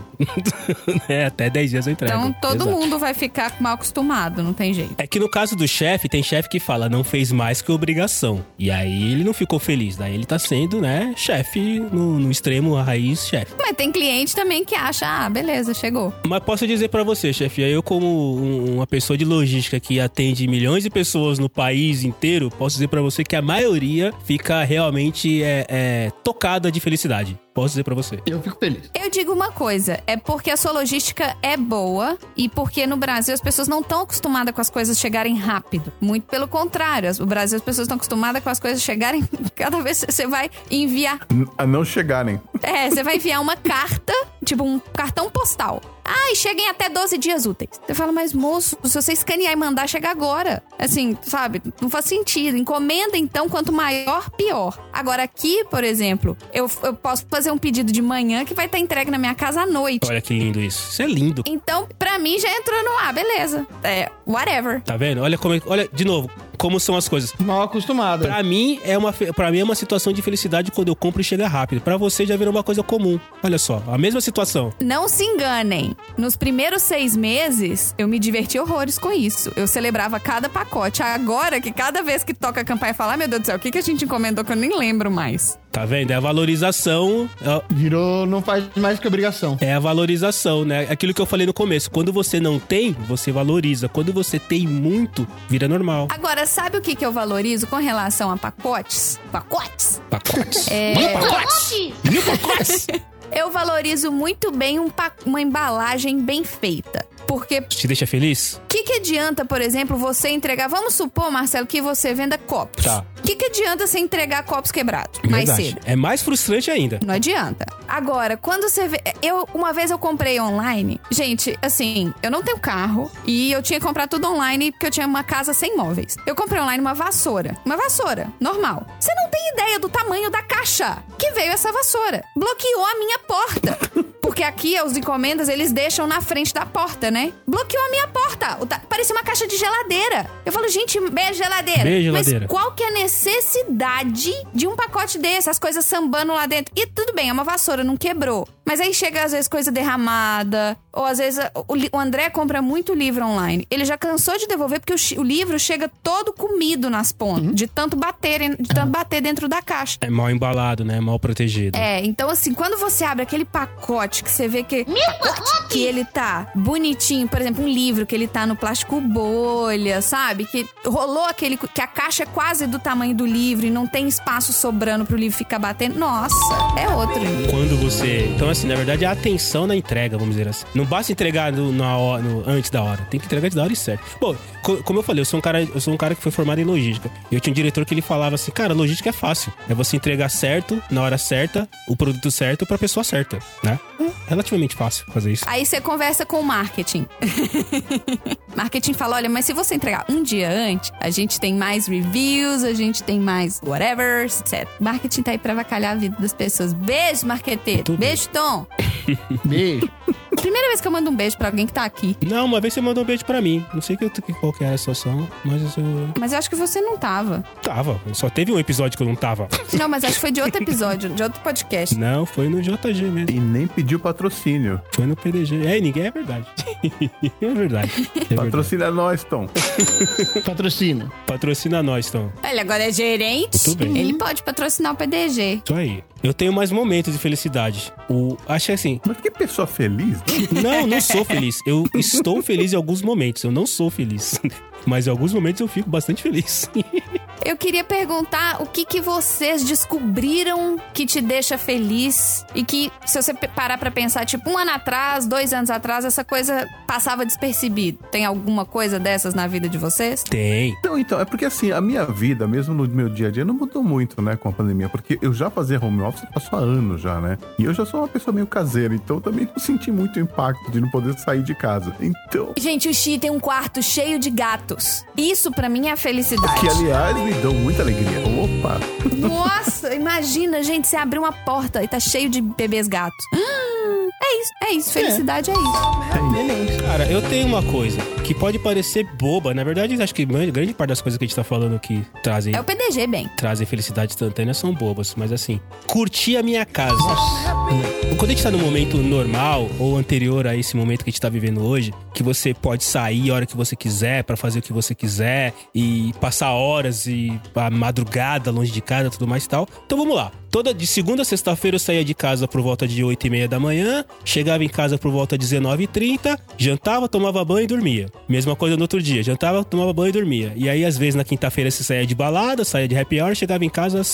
Até 10 dias eu entrego. Então, todo Exato. mundo vai ficar mal acostumado, não tem jeito. É que no caso do chefe, tem chefe que fala, não fez mais que obrigação. E aí ele não ficou feliz. Daí ele tá sendo, né, chefe no extremo, a raiz, chefe. Mas tem cliente também que acha, beleza, chegou. Mas posso dizer pra você, chefe, eu como uma pessoa de logística que atende milhões de pessoas no país inteiro, posso dizer pra você que a maioria fica realmente tocada de felicidade. Posso dizer pra você. Eu fico feliz. Eu digo uma coisa, é porque a sua logística é boa e porque no Brasil as pessoas não estão acostumadas com as coisas chegarem rápido. Muito pelo contrário, no Brasil as pessoas estão acostumadas com as coisas chegarem... Cada vez você vai enviar... A não chegarem. Você vai enviar uma carta, tipo um cartão postal. E chega em até 12 dias úteis. Você fala, mas moço, se você escanear e mandar, chega agora. Assim, sabe? Não faz sentido. Encomenda, então, quanto maior, pior. Agora aqui, por exemplo, eu posso fazer um pedido de manhã que vai estar entregue na minha casa à noite. Olha que lindo isso. Isso é lindo. Então, pra mim, já entrou no beleza. Whatever. Tá vendo? Olha, olha de novo, como são as coisas. Mal acostumada. Pra mim é uma situação de felicidade quando eu compro e chega rápido. Pra você já virou uma coisa comum. Olha só, a mesma situação. Não se enganem. Nos primeiros 6 meses, eu me diverti horrores com isso. Eu celebrava cada pacote. Agora que cada vez que toca a campanha e fala, meu Deus do céu, o que a gente encomendou que eu nem lembro mais? Tá vendo? É a valorização. Virou, não faz mais que obrigação. É a valorização, né? Aquilo que eu falei no começo. Quando você não tem, você valoriza. Quando você tem muito, vira normal. Agora, sabe o que eu valorizo com relação a pacotes? Pacotes? Pacotes. Mil pacotes? Eu valorizo muito bem uma embalagem bem feita. Porque... Te deixa feliz? O que adianta, por exemplo, você entregar... Vamos supor, Marcelo, que você venda copos. Tá. O que adianta você entregar copos quebrados Verdade. mais cedo? É mais frustrante ainda. Não adianta. Agora, quando você vê... Uma vez eu comprei online. Gente, assim, eu não tenho carro. E eu tinha que comprar tudo online porque eu tinha uma casa sem móveis. Eu comprei online uma vassoura. Uma vassoura, normal. Você não tem ideia do tamanho da caixa que veio essa vassoura. Bloqueou a minha porta. Porque aqui, os encomendas, eles deixam na frente da porta, né? Bloqueou a minha porta. Parecia uma caixa de geladeira. Eu falo, gente, beijo, geladeira. Beijo, geladeira. Mas qual que é a necessidade de um pacote desse? As coisas sambando lá dentro. E tudo bem, é uma vassoura, não quebrou. Mas aí chega, às vezes, coisa derramada. Ou, às vezes, o André compra muito livro online. Ele já cansou de devolver porque o livro chega todo comido nas pontas. De tanto bater dentro da caixa. É mal embalado, né? Mal protegido. Então assim, quando você abre aquele pacote que você vê que ele tá bonitinho, por exemplo, um livro que ele tá no plástico bolha, sabe? Que rolou que a caixa é quase do tamanho do livro e não tem espaço sobrando pro livro ficar batendo. Nossa, é outro. Quando você... Então assim, na verdade é a atenção na entrega, vamos dizer assim. Não basta entregar antes da hora. Tem que entregar de da hora e certo. Bom, como eu falei, eu sou um cara que foi formado em logística. E eu tinha um diretor que ele falava assim, cara, logística é fácil. É você entregar certo, na hora certa, o produto certo pra pessoa certa, né? É relativamente fácil fazer isso. Aí você conversa com o marketing. Marketing fala, olha, mas se você entregar um dia antes, a gente tem mais reviews, a gente tem mais whatever, etc. Marketing tá aí pra avacalhar a vida das pessoas. Beijo, marqueteiro. Beijo, Tom. Beijo. Primeira vez que eu mando um beijo pra alguém que tá aqui. Não, uma vez você mandou um beijo pra mim. Não sei qual que era a situação, mas eu... Mas eu acho que você não tava. Tava. Só teve um episódio que eu não tava. Não, mas acho que foi de outro episódio, de outro podcast. Não, foi no JG mesmo. E nem pediu patrocínio. Foi no PDG. Ninguém é verdade. É verdade. Patrocina nós, Tom. Patrocina. Patrocina nós, Tom. Ele agora é gerente. Muito bem. Ele pode patrocinar o PDG. Isso aí. Eu tenho mais momentos de felicidade. Acho assim... Mas que pessoa feliz, né? Não sou feliz. Eu estou feliz em alguns momentos. Eu não sou feliz. Mas em alguns momentos eu fico bastante feliz. Eu queria perguntar o que vocês descobriram que te deixa feliz e que, se você parar pra pensar, tipo, 1 ano atrás, 2 anos atrás, essa coisa passava despercebido. Tem alguma coisa dessas na vida de vocês? Tem. Então, é porque assim, a minha vida, mesmo no meu dia a dia, não mudou muito, né, com a pandemia. Porque eu já fazia home office passou há anos já, né? E eu já sou uma pessoa meio caseira, então eu também não senti muito impacto de não poder sair de casa. Então... Gente, o Xi tem um quarto cheio de gatos. Isso pra mim é a felicidade. Que, aliás, me dão muita alegria. Opa! Nossa, imagina, gente, você abrir uma porta e tá cheio de bebês gatos. É isso. Felicidade é isso. Cara, eu tenho uma coisa que pode parecer boba. Na verdade, acho que grande parte das coisas que a gente tá falando que trazem... É o PDG, bem. Trazem felicidade instantânea são bobas. Mas assim, curtir a minha casa. Quando a gente tá num momento normal ou anterior a esse momento que a gente tá vivendo hoje, que você pode sair a hora que você quiser pra fazer o que você quiser e passar horas e a madrugada longe de casa e tudo mais e tal. Então vamos lá. De segunda a sexta-feira eu saía de casa por volta de 8h30 da manhã, chegava em casa por volta de 19h30, jantava, tomava banho e dormia. Mesma coisa no outro dia, jantava, tomava banho e dormia. E aí, às vezes, na quinta-feira você saía de balada, saía de happy hour, chegava em casa às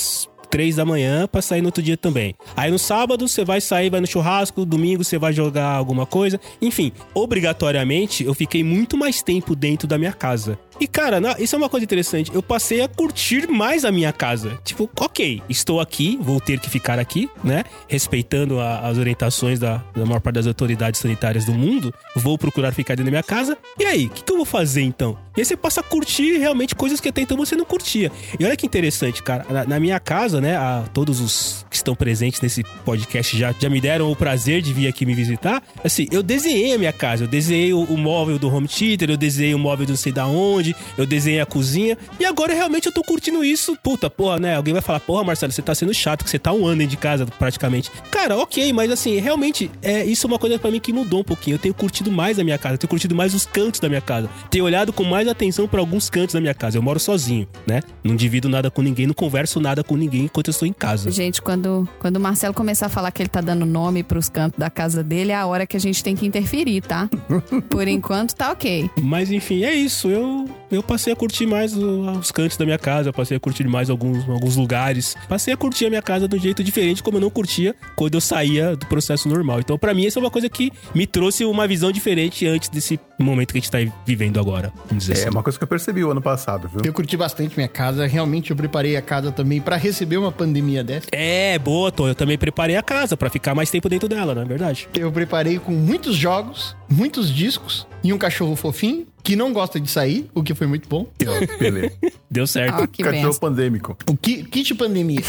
3 da manhã pra sair no outro dia também. Aí no sábado você vai sair, vai no churrasco, domingo você vai jogar alguma coisa. Enfim, obrigatoriamente eu fiquei muito mais tempo dentro da minha casa. E cara, isso é uma coisa interessante. Eu passei a curtir mais a minha casa. Tipo, ok, estou aqui, vou ter que ficar aqui, né? Respeitando as orientações da maior parte das autoridades sanitárias do mundo. Vou procurar ficar dentro da minha casa. E aí, o que eu vou fazer então? E aí você passa a curtir realmente coisas que até então você não curtia. E olha que interessante, cara. Na minha casa, né? Todos os que estão presentes nesse podcast já me deram o prazer de vir aqui me visitar. Assim, eu desenhei a minha casa. Eu desenhei o móvel do home theater, eu desenhei o móvel do não sei da onde, eu desenhei a cozinha. E agora realmente eu tô curtindo isso. Puta, porra, né? Alguém vai falar, porra, Marcelo, você tá sendo chato, que você tá 1 ano dentro de casa praticamente. Cara, ok, mas assim, realmente, isso é uma coisa pra mim que mudou um pouquinho. Eu tenho curtido mais a minha casa, eu tenho curtido mais os cantos da minha casa. Tenho olhado com mais atenção pra alguns cantos da minha casa. Eu moro sozinho, né? Não divido nada com ninguém, não converso nada com ninguém enquanto eu estou em casa. Gente, quando o Marcelo começar a falar que ele tá dando nome pros cantos da casa dele, é a hora que a gente tem que interferir, tá? Por enquanto, tá ok. Mas enfim, é isso. Eu passei a curtir mais os cantos da minha casa, eu passei a curtir mais alguns lugares. Passei a curtir a minha casa de um jeito diferente, como eu não curtia quando eu saía do processo normal. Então, pra mim, isso é uma coisa que me trouxe uma visão diferente antes desse momento que a gente tá vivendo agora, vamos dizer assim. É uma coisa que eu percebi o ano passado, viu? Eu curti bastante minha casa. Realmente, eu preparei a casa também pra receber uma pandemia dessa. É, boa, Tom. Eu também preparei a casa pra ficar mais tempo dentro dela, não é verdade? Eu preparei com muitos jogos, muitos discos e um cachorro fofinho que não gosta de sair, o que foi muito bom. Beleza. Deu certo. Que Cachorro benção. pandêmico. O kit pandemia.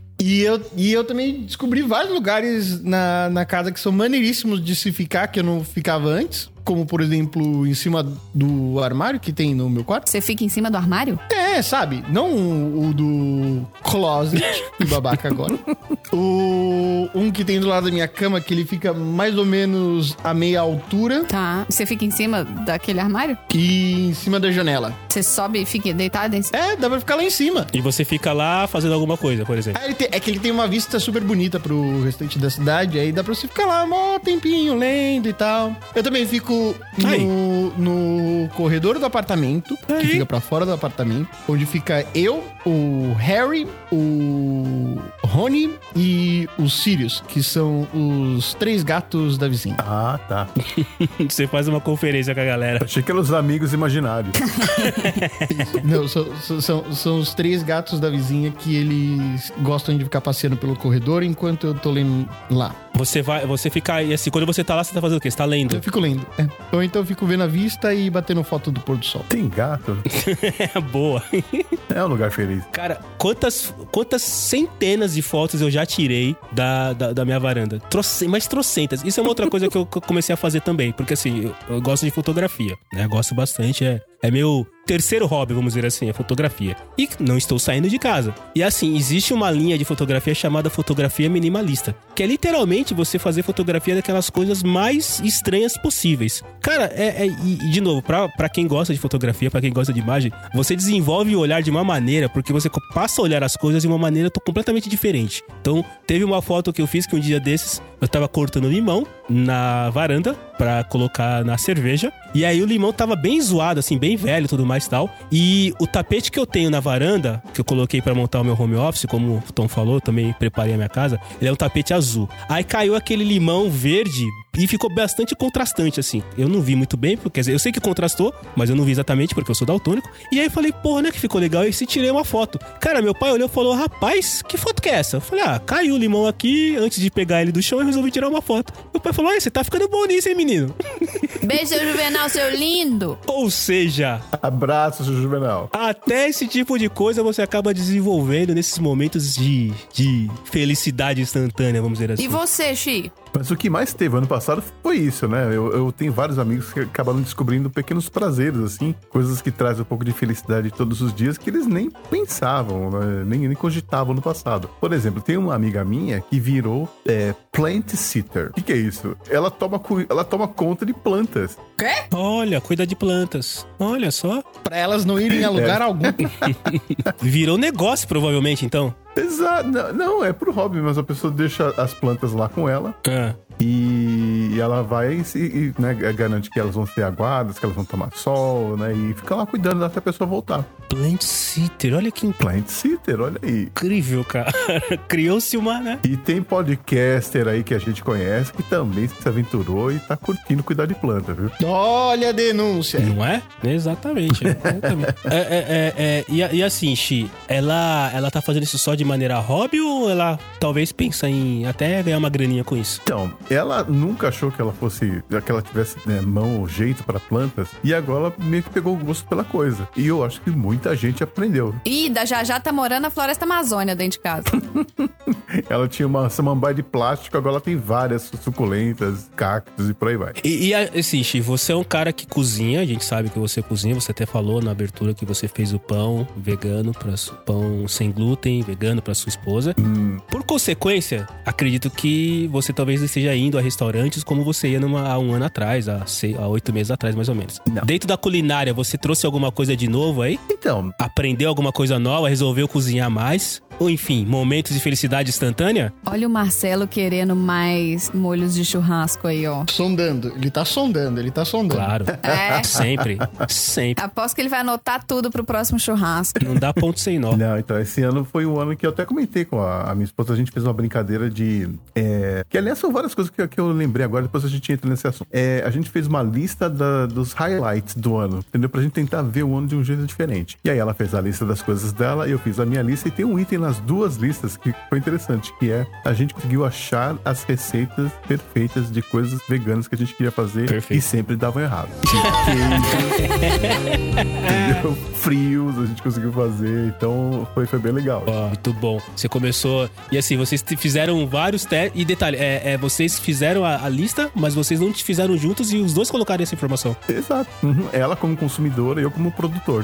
E eu também descobri vários lugares na casa que são maneiríssimos de se ficar, que eu não ficava antes. Como, por exemplo, em cima do armário que tem no meu quarto. Você fica em cima do armário? É, sabe? Não o do closet, que babaca agora. Um que tem do lado da minha cama, que ele fica mais ou menos a meia altura. Tá. Você fica em cima daquele armário? E em cima da janela. Você sobe e fica deitado em cima? É, dá pra ficar lá em cima. E você fica lá fazendo alguma coisa, por exemplo. É que ele tem uma vista super bonita pro restante da cidade. Aí dá pra você ficar lá um tempinho, lendo e tal. Eu também fico no corredor do apartamento, que fica pra fora do apartamento, onde fica eu, o Harry, o Rony e o Sirius, que são os 3 gatos da vizinha. Ah, tá. Você faz uma conferência com a galera. Achei que eram os amigos imaginários. Não, são os 3 gatos da vizinha que eles gostam de ficar passeando pelo corredor enquanto eu tô lendo lá. Você fica, e assim, quando você tá lá, você tá fazendo o quê? Você tá lendo? Eu fico lendo, é. Ou então eu fico vendo a vista e batendo foto do pôr do sol. Tem gato? É boa. É um lugar feliz. Cara, quantas centenas de fotos eu já tirei da minha varanda? Mas trocentas. Isso é uma outra coisa que eu comecei a fazer também. Porque assim, eu gosto de fotografia, né? Eu gosto bastante, é meu terceiro hobby, vamos dizer assim, é fotografia. E não estou saindo de casa. E assim, existe uma linha de fotografia chamada fotografia minimalista, que é literalmente você fazer fotografia daquelas coisas mais estranhas possíveis. Cara, e de novo, pra quem gosta de fotografia, pra quem gosta de imagem, você desenvolve o olhar de uma maneira, porque você passa a olhar as coisas de uma maneira completamente diferente. Então, teve uma foto que eu fiz que um dia desses, eu tava cortando limão na varanda pra colocar na cerveja, e aí o limão tava bem zoado, assim, bem velho e tudo mais e tal, e o tapete que eu tenho na varanda, que eu coloquei pra montar o meu home office, como o Tom falou, também preparei a minha casa, ele é um tapete azul. Aí caiu aquele limão verde e ficou bastante contrastante, assim. Eu não vi muito bem, porque, quer dizer, eu sei que contrastou, mas eu não vi exatamente porque eu sou daltônico. E aí eu falei, porra, né, que ficou legal. E se tirei uma foto. Cara, meu pai olhou e falou, rapaz, que foto que é essa? Eu falei, caiu o limão aqui, antes de pegar ele do chão, eu resolvi tirar uma foto. Meu pai falou, você tá ficando bom nisso, hein, menino? Beijo, seu Juvenal, seu lindo. Ou seja... Abraço, Juvenal. Até esse tipo de coisa você acaba desenvolvendo nesses momentos de felicidade instantânea, vamos dizer assim. E você, Xi? Mas o que mais teve ano passado foi isso, né? Eu tenho vários amigos que acabaram descobrindo pequenos prazeres, assim. Coisas que trazem um pouco de felicidade todos os dias que eles nem pensavam, né? nem cogitavam no passado. Por exemplo, tem uma amiga minha que virou plant sitter. O que é isso? Ela toma conta de plantas. Quê? Olha, cuida de plantas. Olha só. Pra elas não irem a lugar algum. Virou negócio, provavelmente, então. Exato. Não, é pro hobby, mas a pessoa deixa as plantas lá com ela. Ah. E E ela vai e né, garante que elas vão ser aguadas, que elas vão tomar sol, né? E fica lá cuidando até a pessoa voltar. Plant Sitter, olha que Plant Sitter, olha aí. incrível, cara. Criou-se uma, né? E tem podcaster aí que a gente conhece que também se aventurou e tá curtindo cuidar de planta, viu? Olha a denúncia. Não é? Exatamente. E assim, Xi, ela tá fazendo isso só de maneira hobby ou ela talvez pensa em até ganhar uma graninha com isso? Então, ela nunca achou que ela fosse, que ela tivesse né, mão ou jeito para plantas, e agora ela meio que pegou o gosto pela coisa. E eu acho que muita gente aprendeu. Ih, da Jajá tá morando na Floresta Amazônia dentro de casa. Ela tinha uma samambaia de plástico, agora ela tem várias suculentas, cactos e por aí vai. E assim, Xi, você é um cara que cozinha, a gente sabe que você cozinha, você até falou na abertura que você fez o pão vegano, pão sem glúten, vegano pra sua esposa. Por consequência, acredito que você talvez esteja indo a restaurantes como você ia há um ano atrás, há 8 meses atrás, mais ou menos. Não. Dentro da culinária, você trouxe alguma coisa de novo aí? Então, Aprendeu alguma coisa nova, resolveu cozinhar mais? Ou enfim, momentos de felicidade instantânea? Olha o Marcelo querendo mais molhos de churrasco aí, ó. Sondando. Ele tá sondando. Claro. É. Sempre. Aposto que ele vai anotar tudo pro próximo churrasco. Não dá ponto sem nó. não, então esse ano foi um ano que eu até comentei com a minha esposa, a gente fez uma brincadeira de... que aliás são várias coisas que eu lembrei agora, depois a gente entra nesse assunto. A gente fez uma lista dos highlights do ano, entendeu? Pra gente tentar ver o ano de um jeito diferente. E aí ela fez a lista das coisas dela, eu fiz a minha lista, e tem um item nas duas listas que foi interessante, que é a gente conseguiu achar as receitas perfeitas de coisas veganas que a gente queria fazer. Perfeito. E sempre davam errado. Entendeu? Frios a gente conseguiu fazer, então foi bem legal. Ó, muito bom. Você começou... E assim, vocês fizeram vários testes... E detalhe, vocês fizeram a lista, mas vocês não fizeram juntos e os dois colocaram essa informação. Exato. Uhum. Ela como consumidora e eu como produtor.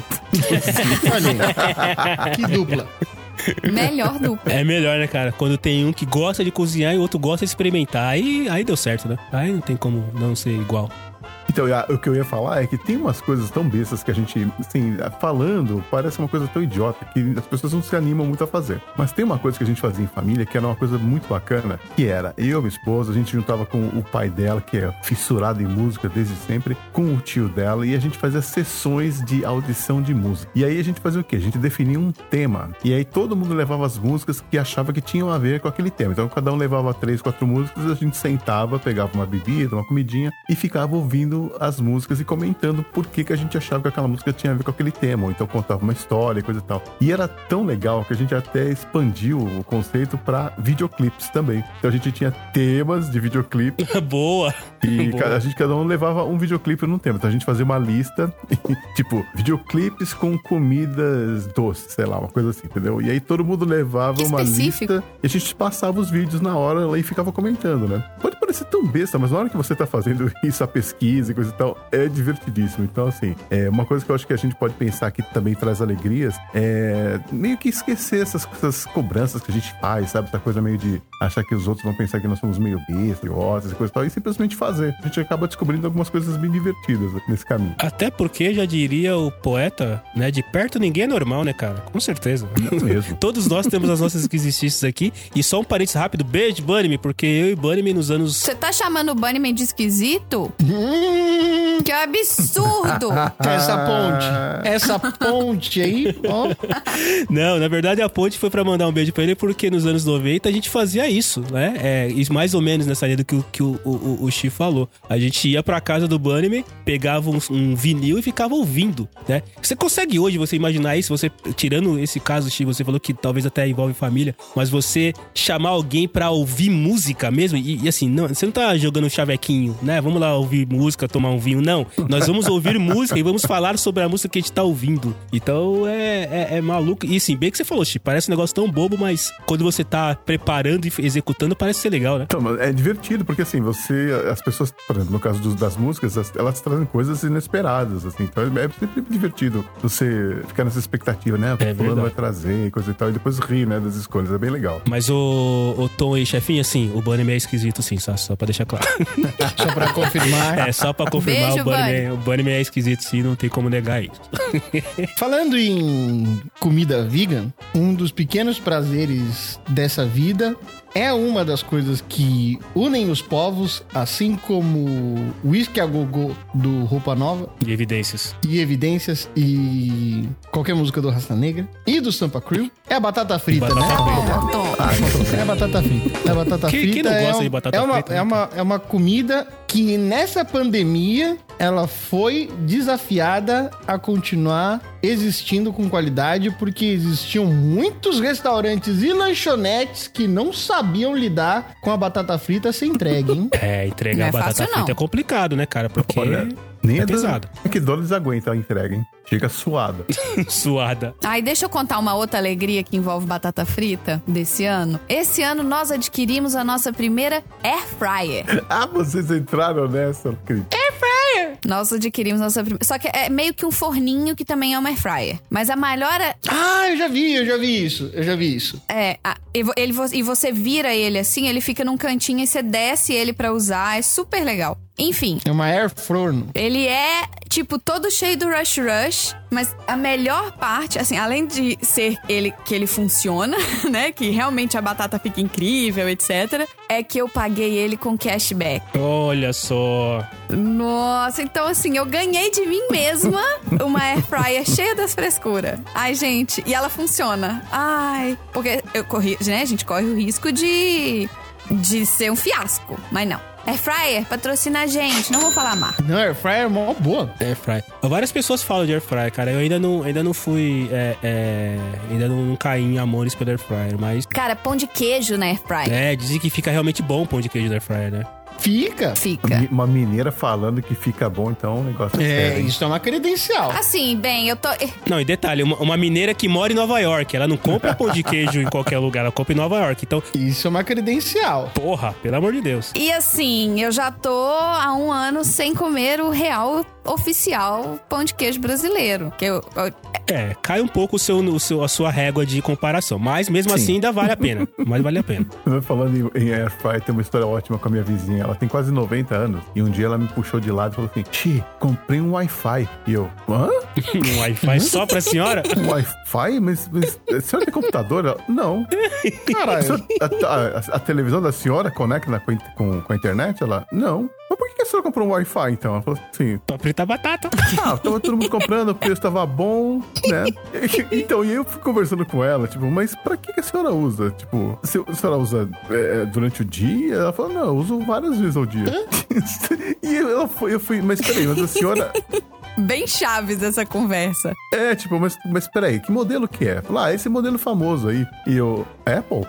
Olha aí. Que dupla. Melhor dupla. É melhor, né, cara? Quando tem um que gosta de cozinhar e o outro gosta de experimentar. Aí deu certo, né? Aí não tem como não ser igual. Então, o que eu ia falar é que tem umas coisas tão bestas que a gente, assim, falando, parece uma coisa tão idiota que as pessoas não se animam muito a fazer. Mas tem uma coisa que a gente fazia em família que era uma coisa muito bacana, que era eu e minha esposa, a gente juntava com o pai dela, que é fissurado em música desde sempre, com o tio dela, e a gente fazia sessões de audição de música. E aí a gente fazia o quê? A gente definia um tema. E aí todo mundo levava as músicas que achava que tinham a ver com aquele tema. Então cada um levava 3, 4 músicas, a gente sentava, pegava uma bebida, uma comidinha e ficava ouvindo as músicas e comentando por que a gente achava que aquela música tinha a ver com aquele tema, ou então contava uma história e coisa e tal. E era tão legal que a gente até expandiu o conceito pra videoclipes também. Então a gente tinha temas de videoclipe. Boa! E Boa. cada um levava um videoclipe num tema. Então a gente fazia uma lista, tipo, videoclipes com comidas doces, sei lá, uma coisa assim, entendeu? E aí todo mundo levava Que uma específico. lista e a gente passava os vídeos na hora lá e ficava comentando, né? Pode parecer tão besta, mas na hora que você tá fazendo isso, a pesquisa e coisa e tal, é divertidíssimo. Então, assim, uma coisa que eu acho que a gente pode pensar que também traz alegrias é meio que esquecer essas cobranças que a gente faz, sabe? Essa coisa meio de achar que os outros vão pensar que nós somos meio bestas, idiotas e coisa e tal, e simplesmente fazer. A gente acaba descobrindo algumas coisas bem divertidas nesse caminho. Até porque, já diria o poeta, né? De perto ninguém é normal, né, cara? Com certeza. Não mesmo. Todos nós temos as nossas esquisitices aqui. E só um parênteses rápido. Beijo, Bunnyman, porque eu e Bunnyman nos anos... Você tá chamando o Bunnyman de esquisito? Que absurdo! Essa ponte aí, ó. Não, na verdade a ponte foi pra mandar um beijo pra ele porque nos anos 90 a gente fazia isso, né? E mais ou menos nessa linha do que o Xi falou. A gente ia pra casa do Bunnyman, pegava um vinil e ficava ouvindo, né? Você consegue hoje você imaginar isso? Você, tirando esse caso, Xi, você falou que talvez até envolve família, mas você chamar alguém pra ouvir música mesmo? E assim, não, você não tá jogando chavequinho, né? Vamos lá ouvir música, tomar um vinho, não. Nós vamos ouvir música e vamos falar sobre a música que a gente tá ouvindo. Então é maluco. E assim, bem que você falou, Xi, parece um negócio tão bobo, mas quando você tá preparando e executando, parece ser legal, né? Então, é divertido, porque assim, as pessoas, por exemplo, no caso das músicas, elas trazem coisas inesperadas, assim, então é sempre divertido você ficar nessa expectativa, né? O que fulano vai trazer, coisa e tal, e depois rir, né, das escolhas, é bem legal. Mas o Tom aí, chefinho, assim, o Bunnyman é esquisito, sim, só pra deixar claro. Só pra confirmar. Só pra confirmar, Beijo, o Bunnyman é esquisito sim, não tem como negar isso. Falando em comida vegan, um dos pequenos prazeres dessa vida é uma das coisas que unem os povos, assim como Whisky a Gogô do Roupa Nova E evidências. e Evidências e qualquer música do Raça Negra e do Sampa Crew, é a batata frita, Batata né? frita. É a batata frita. A batata Quem frita não gosta de batata frita, né, é uma comida que nessa pandemia ela foi desafiada a continuar existindo com qualidade porque existiam muitos restaurantes e lanchonetes que não sabiam lidar com a batata frita sem entrega, hein? É, entregar Não é a batata fácil, frita não. é complicado, né, cara? Porque Olha, nem é pesado. Que McDonald's aguenta a entrega, hein? Chega suada. Suada. Aí deixa eu contar uma outra alegria que envolve batata frita desse ano. Esse ano nós adquirimos a nossa primeira Air Fryer. Ah, vocês entraram nessa, não acredito. Nós adquirimos nossa primeira... Só que é meio que um forninho que também é uma Air Fryer. Mas a melhor Ah, eu já vi isso. e você vira ele assim, ele fica num cantinho e você desce ele pra usar. É super legal. Enfim, É uma air forno. ele é, tipo, todo cheio do Rush Rush, mas a melhor parte, assim, além de ser que ele funciona, né, que realmente a batata fica incrível, etc., é que eu paguei ele com cashback. Olha só. Nossa, então assim, eu ganhei de mim mesma uma air fryer cheia das frescuras. Ai, gente, e ela funciona. Ai, porque eu corri, né, a gente corre o risco de ser um fiasco, mas não. Air fryer, patrocina a gente, não vou falar marca. Não, air fryer é mó boa. Air fryer. Várias pessoas falam de air fryer, cara. Eu ainda não fui. Ainda não caí em amores pelo air fryer, mas. Cara, pão de queijo na air fryer. Dizem que fica realmente bom o pão de queijo da air fryer, né? Fica. Fica. Uma mineira falando que fica bom, então o negócio é É, sério, hein? isso é uma credencial. Assim, bem, eu tô... Não, e detalhe, uma mineira que mora em Nova York, ela não compra pão de queijo em qualquer lugar, ela compra em Nova York. Então, Isso é uma credencial. porra, pelo amor de Deus. E assim, eu já tô há 1 ano sem comer o real oficial pão de queijo brasileiro. Que Cai um pouco a sua régua de comparação. Mas mesmo assim ainda vale a pena. Mas vale a pena. Falando em air fryer, tem uma história ótima com a minha vizinha. Ela tem quase 90 anos. E um dia ela me puxou de lado e falou assim: Ti, comprei um Wi-Fi. E eu, hã? Um Wi-Fi só pra senhora? Um Wi-Fi? Mas a senhora tem computador? Ela, não. Caralho. A televisão da senhora conecta com a internet? Ela, não. Mas por que a senhora comprou um Wi-Fi, então? Ela falou assim: Pra fritar batata. tava todo mundo comprando, o preço tava bom, né? Então, e eu fui conversando com ela, tipo, mas pra que a senhora usa? Tipo, a senhora usa durante o dia? Ela falou, não, eu uso várias vezes ao dia. E eu fui, mas peraí, mas a senhora... bem chaves essa conversa. Tipo, mas peraí, que modelo que é? Falei, esse modelo famoso aí. E eu, Apple?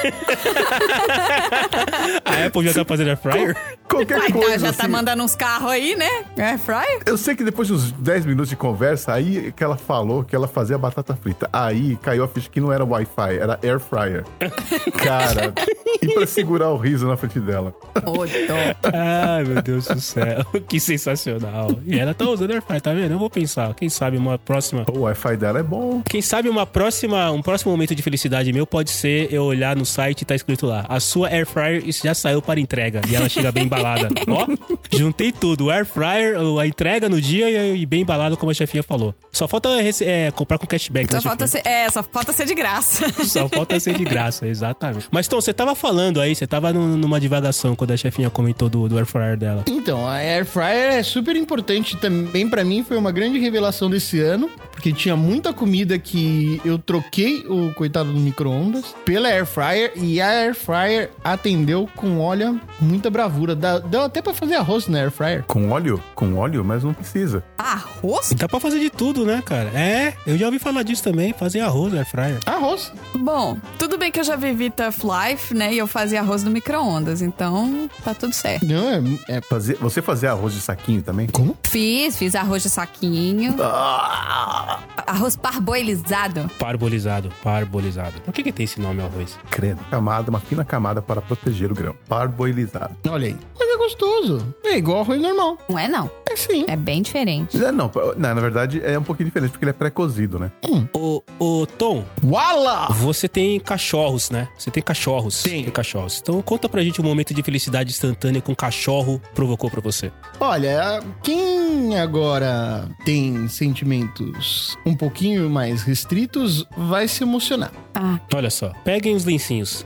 A Apple já tá fazendo air fryer? Qualquer Uai, coisa, já assim. tá mandando uns carros aí, né? Air fryer? Eu sei que depois de uns 10 minutos de conversa, aí que ela falou que ela fazia batata frita. Aí caiu a ficha que não era Wi-Fi, era Air Fryer. Cara, e pra segurar o riso na frente dela. Ô, dó. Ai, meu Deus do céu. Que sensacional. E ela tá usando air fryer, tá vendo? Eu vou pensar. Quem sabe uma próxima... O Wi-Fi dela é bom. Quem sabe um próximo momento de felicidade meu pode ser eu olhar no site e tá escrito lá: a sua air fryer já saiu para entrega. E ela chega bem embalada. Ó, juntei tudo. O air fryer, a entrega no dia e bem embalado, como a chefinha falou. Só falta comprar com cashback. Só falta ser de graça. Só falta ser de graça, exatamente. Mas, Tom, você tava falando aí, você tava numa divagação quando a chefinha comentou do air fryer dela. Então, a air fryer é super importante também pra mim, foi uma grande revelação desse ano, porque tinha muita comida que eu troquei o coitado do micro-ondas pela air fryer e a air fryer atendeu com, olha, muita bravura. Deu até pra fazer arroz na air fryer. Com óleo? Com óleo, mas não precisa. Arroz? Dá pra fazer de tudo, né, cara? Eu já ouvi falar disso também, fazer arroz air fryer. Arroz. Bom, tudo bem que eu já vivi tough life, né? E eu fazia arroz no micro-ondas, então tá tudo certo. Não, Você fazia arroz de saquinho também? Como? Fiz arroz de saquinho. Arroz parboilizado. Parbolizado. Por que tem esse nome, arroz? Credo. Uma fina camada para proteger o grão. Parboilizado. Olha aí. Mas é gostoso. É igual arroz normal. Não é, não. É sim. É bem diferente. Não, na verdade é um pouquinho diferente, porque ele é pré-cozido, né? Ô, Tom, Uala! você tem cachorros, né? Você tem cachorros. Tem cachorros. Então conta pra gente um momento de felicidade instantânea que um cachorro provocou pra você. Olha, quem agora tem sentimentos um pouquinho mais restritos vai se emocionar. Olha só, peguem os lencinhos.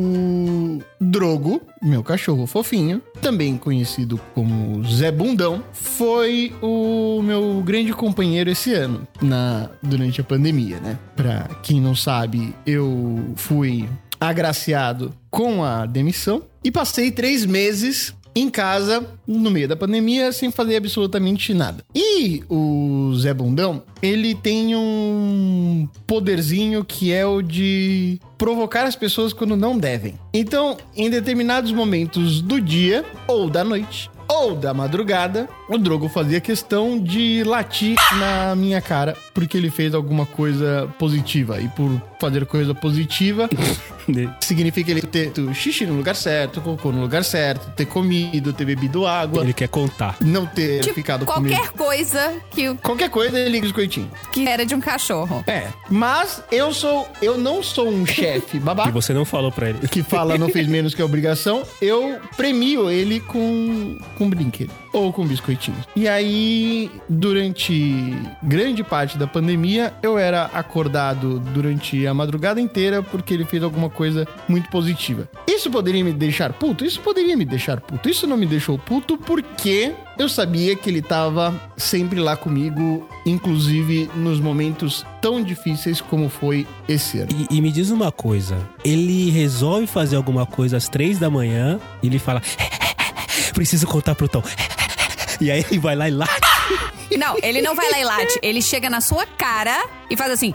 O Drogo, meu cachorro fofinho, também conhecido como Zé Bundão, foi o meu grande companheiro esse ano, durante a pandemia, né? Pra quem não sabe, eu fui agraciado com a demissão e passei 3 meses em casa, no meio da pandemia, sem fazer absolutamente nada. E o Zé Bundão, ele tem um poderzinho que é o de provocar as pessoas quando não devem. Então, em determinados momentos do dia, ou da noite, ou da madrugada, o Drogo fazia questão de latir na minha cara porque ele fez alguma coisa positiva. E por fazer coisa positiva, significa ele ter xixi no lugar certo, cocô no lugar certo, ter comido, ter bebido água. Ele quer contar. Não ter ficado comigo. Qualquer coisa ele liga os coitinhos. que era de um cachorro. Mas eu não sou um chefe babaca. E você não falou pra ele. Que fala não fez menos que a obrigação. Eu premio ele com brinquedo. Ou com biscoitinhos. E aí, durante grande parte da pandemia, eu era acordado durante a madrugada inteira porque ele fez alguma coisa muito positiva. Isso poderia me deixar puto? Isso poderia me deixar puto. Isso não me deixou puto porque eu sabia que ele tava sempre lá comigo, inclusive nos momentos tão difíceis como foi esse ano. E me diz uma coisa, ele resolve fazer alguma coisa às 3 da manhã e ele fala, preciso contar pro Tom. E aí ele vai lá e late. Não, ele não vai lá e late. Ele chega na sua cara e faz assim.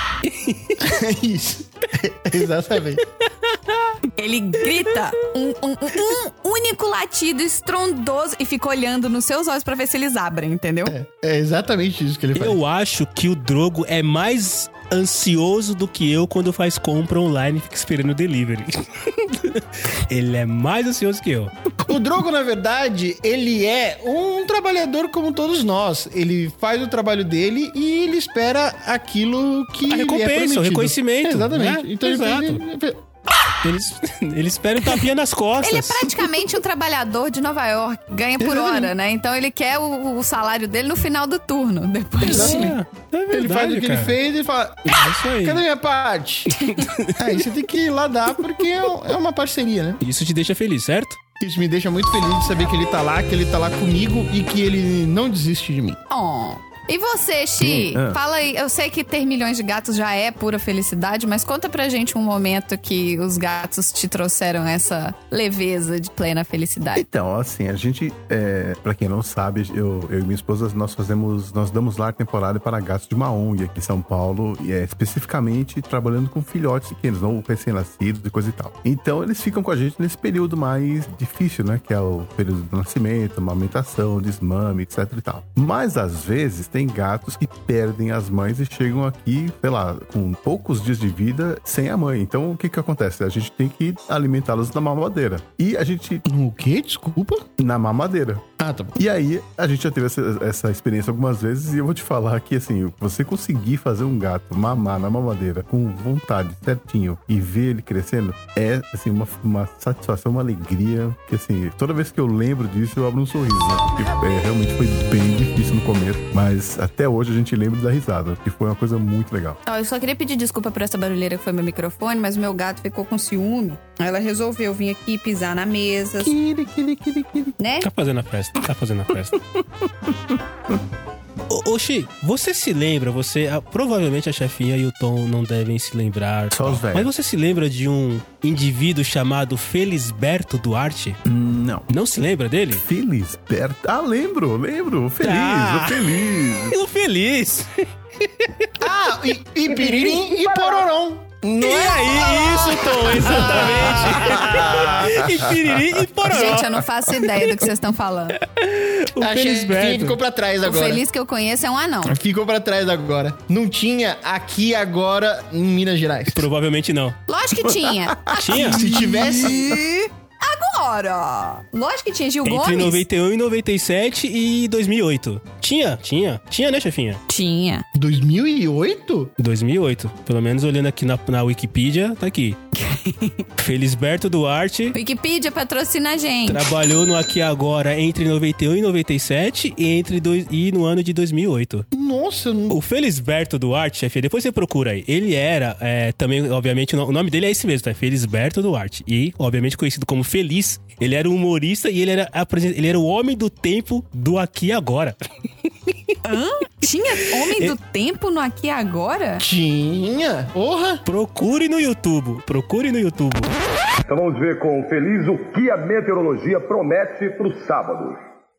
É isso. Exatamente. Ele grita um único latido estrondoso e fica olhando nos seus olhos pra ver se eles abrem, entendeu? É exatamente isso que ele faz. Eu acho que o Drogo é mais ansioso do que eu quando faz compra online e fica esperando o delivery. Ele é mais ansioso que eu. O Drogo, na verdade, ele é um trabalhador como todos nós. Ele faz o trabalho dele e ele espera aquilo que a recompensa, o reconhecimento. Exatamente. Né? Então exato. Ele espera um tapinha nas costas. Ele é praticamente um trabalhador de Nova York, ganha por hora, né? Então ele quer o salário dele no final do turno. Depois Exatamente. É verdade, ele faz o que cara. ele fez e fala, isso aí. cadê minha parte? Aí você tem que ir lá dar porque é uma parceria, né? Isso te deixa feliz, certo? Isso me deixa muito feliz de saber que ele tá lá comigo e que ele não desiste de mim. Oh. E você, Xi? Fala aí, eu sei que ter milhões de gatos já é pura felicidade, mas conta pra gente um momento que os gatos te trouxeram essa leveza de plena felicidade. Então, assim, a gente, pra quem não sabe, eu e minha esposa, nós damos lar temporário para gatos de uma ONG aqui em São Paulo, e especificamente trabalhando com filhotes pequenos, não recém-nascidos e coisa e tal. Então, eles ficam com a gente nesse período mais difícil, né? Que é o período do nascimento, amamentação, desmame, etc e tal. Mas, às vezes, tem gatos que perdem as mães e chegam aqui, sei lá, com poucos dias de vida sem a mãe. Então, o que acontece? A gente tem que alimentá-los na mamadeira. E a gente... O quê? Desculpa? Na mamadeira. Ah, tá bom. E aí, a gente já teve essa experiência algumas vezes e eu vou te falar que, assim, você conseguir fazer um gato mamar na mamadeira com vontade, certinho, e ver ele crescendo, é, assim, uma satisfação, uma alegria, que, assim, toda vez que eu lembro disso, eu abro um sorriso, né? Porque realmente foi bem difícil no começo, mas até hoje a gente lembra da risada, que foi uma coisa muito legal. Eu só queria pedir desculpa por essa barulheira que foi meu microfone, mas o meu gato ficou com ciúme. Ela resolveu vir aqui pisar na mesa. Né? Tá fazendo a festa. Ô, Xi, você se lembra, provavelmente a chefinha e o Tom não devem se lembrar. Só os velhos. Mas você se lembra de um indivíduo chamado Felisberto Duarte? Não. Não se lembra dele? Felisberto? Ah, lembro. O Feliz. O Feliz. Ah, e piririm e pororão. Não é aí isso, Tom, exatamente. E piriri e pororó. Gente, eu não faço ideia do que vocês estão falando. O Felisberto. Ficou pra trás O agora. feliz que eu conheço é um anão. Ficou pra trás agora. Não tinha aqui agora em Minas Gerais. Provavelmente não. Lógico que tinha. Tinha? Se tivesse... E Ora! Lógico que tinha Gil Entre Gomes. 91 e 97 e 2008. Tinha, né, chefinha? Tinha. 2008? 2008. Pelo menos olhando aqui na Wikipedia, tá aqui. Felisberto Duarte Wikipedia patrocina a gente. trabalhou no Aqui Agora entre 91 e 97 e no ano de 2008. Nossa, eu não... O Felisberto Duarte, chefe, depois você procura aí. Ele era, também, obviamente, o nome dele é esse mesmo, tá? Felisberto Duarte. E, obviamente, conhecido como Feliz. Ele era humorista e ele era o homem do tempo do Aqui Agora. Hã? Tinha Homem do Tempo no Aqui Agora? Tinha? Porra! Procure no YouTube. Então vamos ver com Feliz o que a meteorologia promete para o sábado.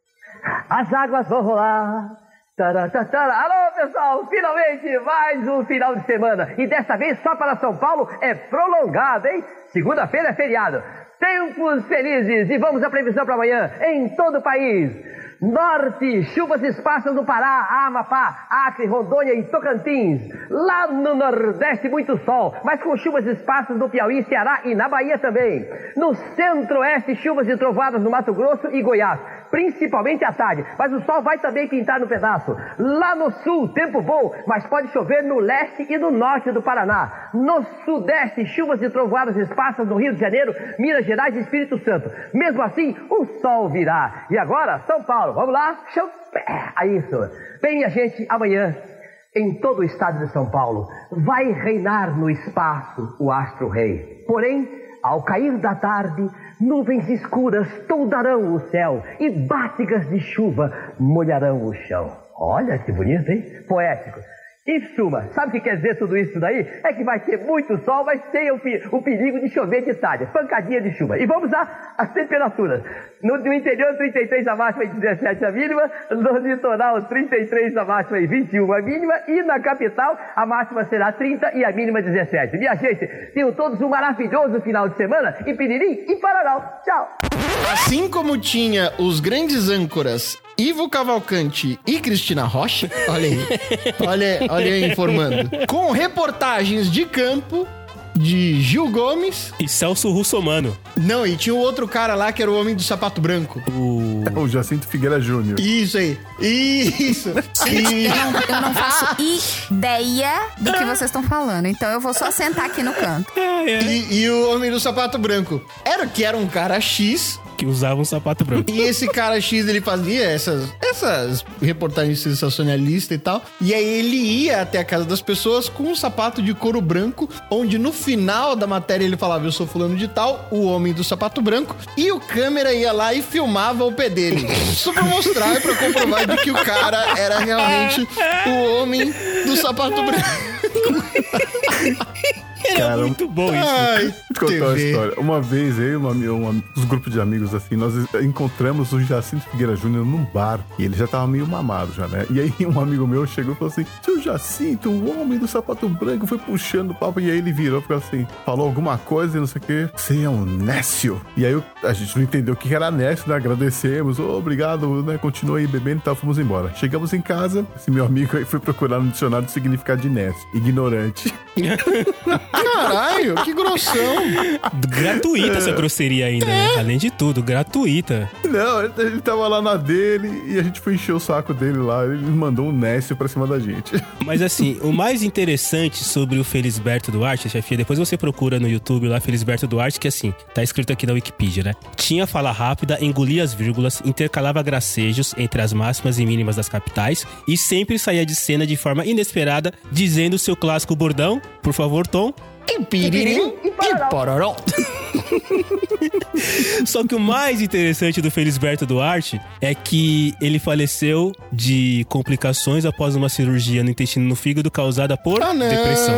As águas vão rolar. Taratatara. Alô, pessoal, finalmente mais um final de semana. E dessa vez só para São Paulo é prolongado, hein? Segunda-feira é feriado. Tempos felizes e vamos à previsão para amanhã em todo o país. Norte, chuvas esparsas no Pará, Amapá, Acre, Rondônia e Tocantins. Lá no Nordeste, muito sol, mas com chuvas esparsas no Piauí, Ceará e na Bahia também. No Centro-Oeste, chuvas e trovoadas no Mato Grosso e Goiás, principalmente à tarde, mas o sol vai também pintar no pedaço. Lá no Sul, tempo bom, mas pode chover no Leste e no Norte do Paraná. No Sudeste, chuvas e trovoadas esparsas no Rio de Janeiro, Minas Gerais e Espírito Santo. Mesmo assim, o sol virá. E agora, São Paulo. Vamos lá? Isso. Bem, minha gente, amanhã, em todo o estado de São Paulo, vai reinar no espaço o astro-rei. Porém, ao cair da tarde, nuvens escuras toldarão o céu e bátigas de chuva molharão o chão. Olha que bonito, hein? Poético. Em suma, sabe o que quer dizer tudo isso daí? É que vai ter muito sol, mas tem o perigo de chover de tarde, pancadinha de chuva. E vamos lá, as temperaturas. No interior, 33 a máxima e 17 a mínima. No litoral, 33 a máxima e 21 a mínima. E na capital, a máxima será 30 e a mínima 17. Minha gente, tenham todos um maravilhoso final de semana. E Piririm e Pararau. Tchau. Assim como tinha os grandes âncoras Ivo Cavalcante e Cristina Rocha, olha aí informando, com reportagens de campo de Gil Gomes E Celso Russomano. Não, e tinha o outro cara lá que era o homem do sapato branco. O Jacinto Figueira Júnior. Isso aí. Isso. Eu não faço ideia do que vocês estão falando, então eu vou só sentar aqui no canto. E o homem do sapato branco. Era um cara X. Que usava um sapato branco. E esse cara X, ele fazia essas reportagens sensacionalistas e tal. E aí ele ia até a casa das pessoas com um sapato de couro branco, onde no final da matéria ele falava: eu sou fulano de tal, o homem do sapato branco. E o câmera ia lá e filmava o pé dele. Só pra mostrar e pra comprovar de que o cara era realmente o homem do sapato branco. Era muito bom isso. Ai, Vou te contar uma história. Uma vez, eu e uns grupos de amigos assim, nós encontramos o Jacinto Figueira Júnior num bar. E ele já tava meio mamado já, né? E aí um amigo meu chegou e falou assim: seu Jacinto, o homem do sapato branco, foi puxando o papo. E aí ele virou e ficou assim, falou alguma coisa e não sei o quê. Você é um nécio. E aí a gente não entendeu o que era nécio, né? Agradecemos, obrigado, né? Continua aí bebendo e tal, fomos embora. Chegamos em casa, esse meu amigo aí foi procurar no dicionário o significado de nécio: ignorante. Caralho, que grossão. Gratuita essa grosseria ainda, né? Além de tudo, gratuita. Não, ele tava lá na dele e a gente foi encher o saco dele lá. Ele mandou um nécio pra cima da gente. Mas assim, o mais interessante sobre o Felisberto Duarte, chefia, depois você procura no YouTube lá, Felisberto Duarte, que assim, tá escrito aqui na Wikipedia, né? Tinha fala rápida, engolia as vírgulas, intercalava gracejos entre as máximas e mínimas das capitais e sempre saía de cena de forma inesperada, dizendo o seu clássico bordão. Por favor, Tom. E piririm e pororó. Só que o mais interessante do Felisberto Duarte é que ele faleceu de complicações após uma cirurgia no intestino no fígado causada por depressão.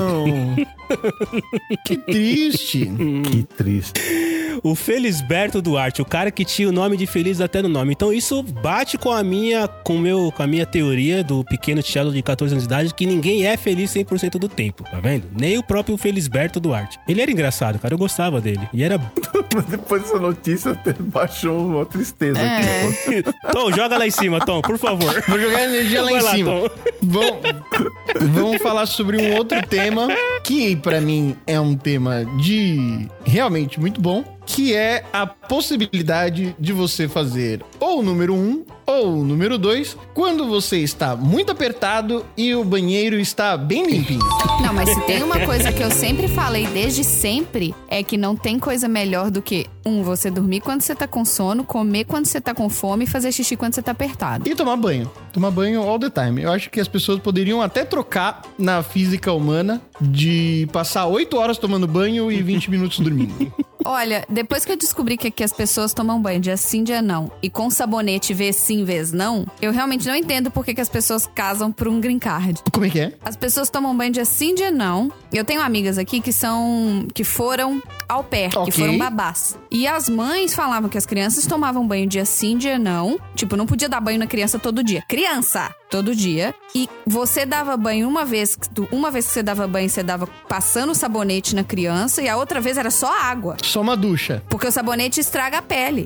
Que triste. Que triste. O Felisberto Duarte, o cara que tinha o nome de Feliz até no nome. Então isso bate com a minha teoria do pequeno cello de 14 anos de idade, que ninguém é feliz 100% do tempo, tá vendo? Nem o próprio Felisberto Duarte. Ele era engraçado, cara, eu gostava dele. E era... Depois dessa notícia, baixou uma tristeza aqui. Tom, joga lá em cima, Tom, por favor. Vou jogar energia lá em cima. Vamos falar sobre um outro tema que pra mim é um tema realmente muito bom, que é a possibilidade de você fazer ou o número 1 ou o número 2 quando você está muito apertado e o banheiro está bem limpinho. Não, mas se tem uma coisa que eu sempre falei desde sempre, é que não tem coisa melhor do que, você dormir quando você tá com sono, comer quando você tá com fome e fazer xixi quando você tá apertado. E tomar banho. Tomar banho all the time. Eu acho que as pessoas poderiam até trocar na física humana de passar 8 horas tomando banho e 20 minutos dormindo. Olha, depois que eu descobri que aqui as pessoas tomam banho dia sim, dia não, e com sabonete vez sim, vez não, eu realmente não entendo por que as pessoas casam por um green card. Como é que é? As pessoas tomam banho dia sim, dia não. Eu tenho amigas aqui que foram au pair, que foram babás. E as mães falavam que as crianças tomavam banho dia sim, dia não. Tipo, não podia dar banho na criança todo dia. Criança! Todo dia. E você dava banho uma vez que você dava banho, você dava passando o sabonete na criança, e a outra vez era só água. Só uma ducha. Porque o sabonete estraga a pele.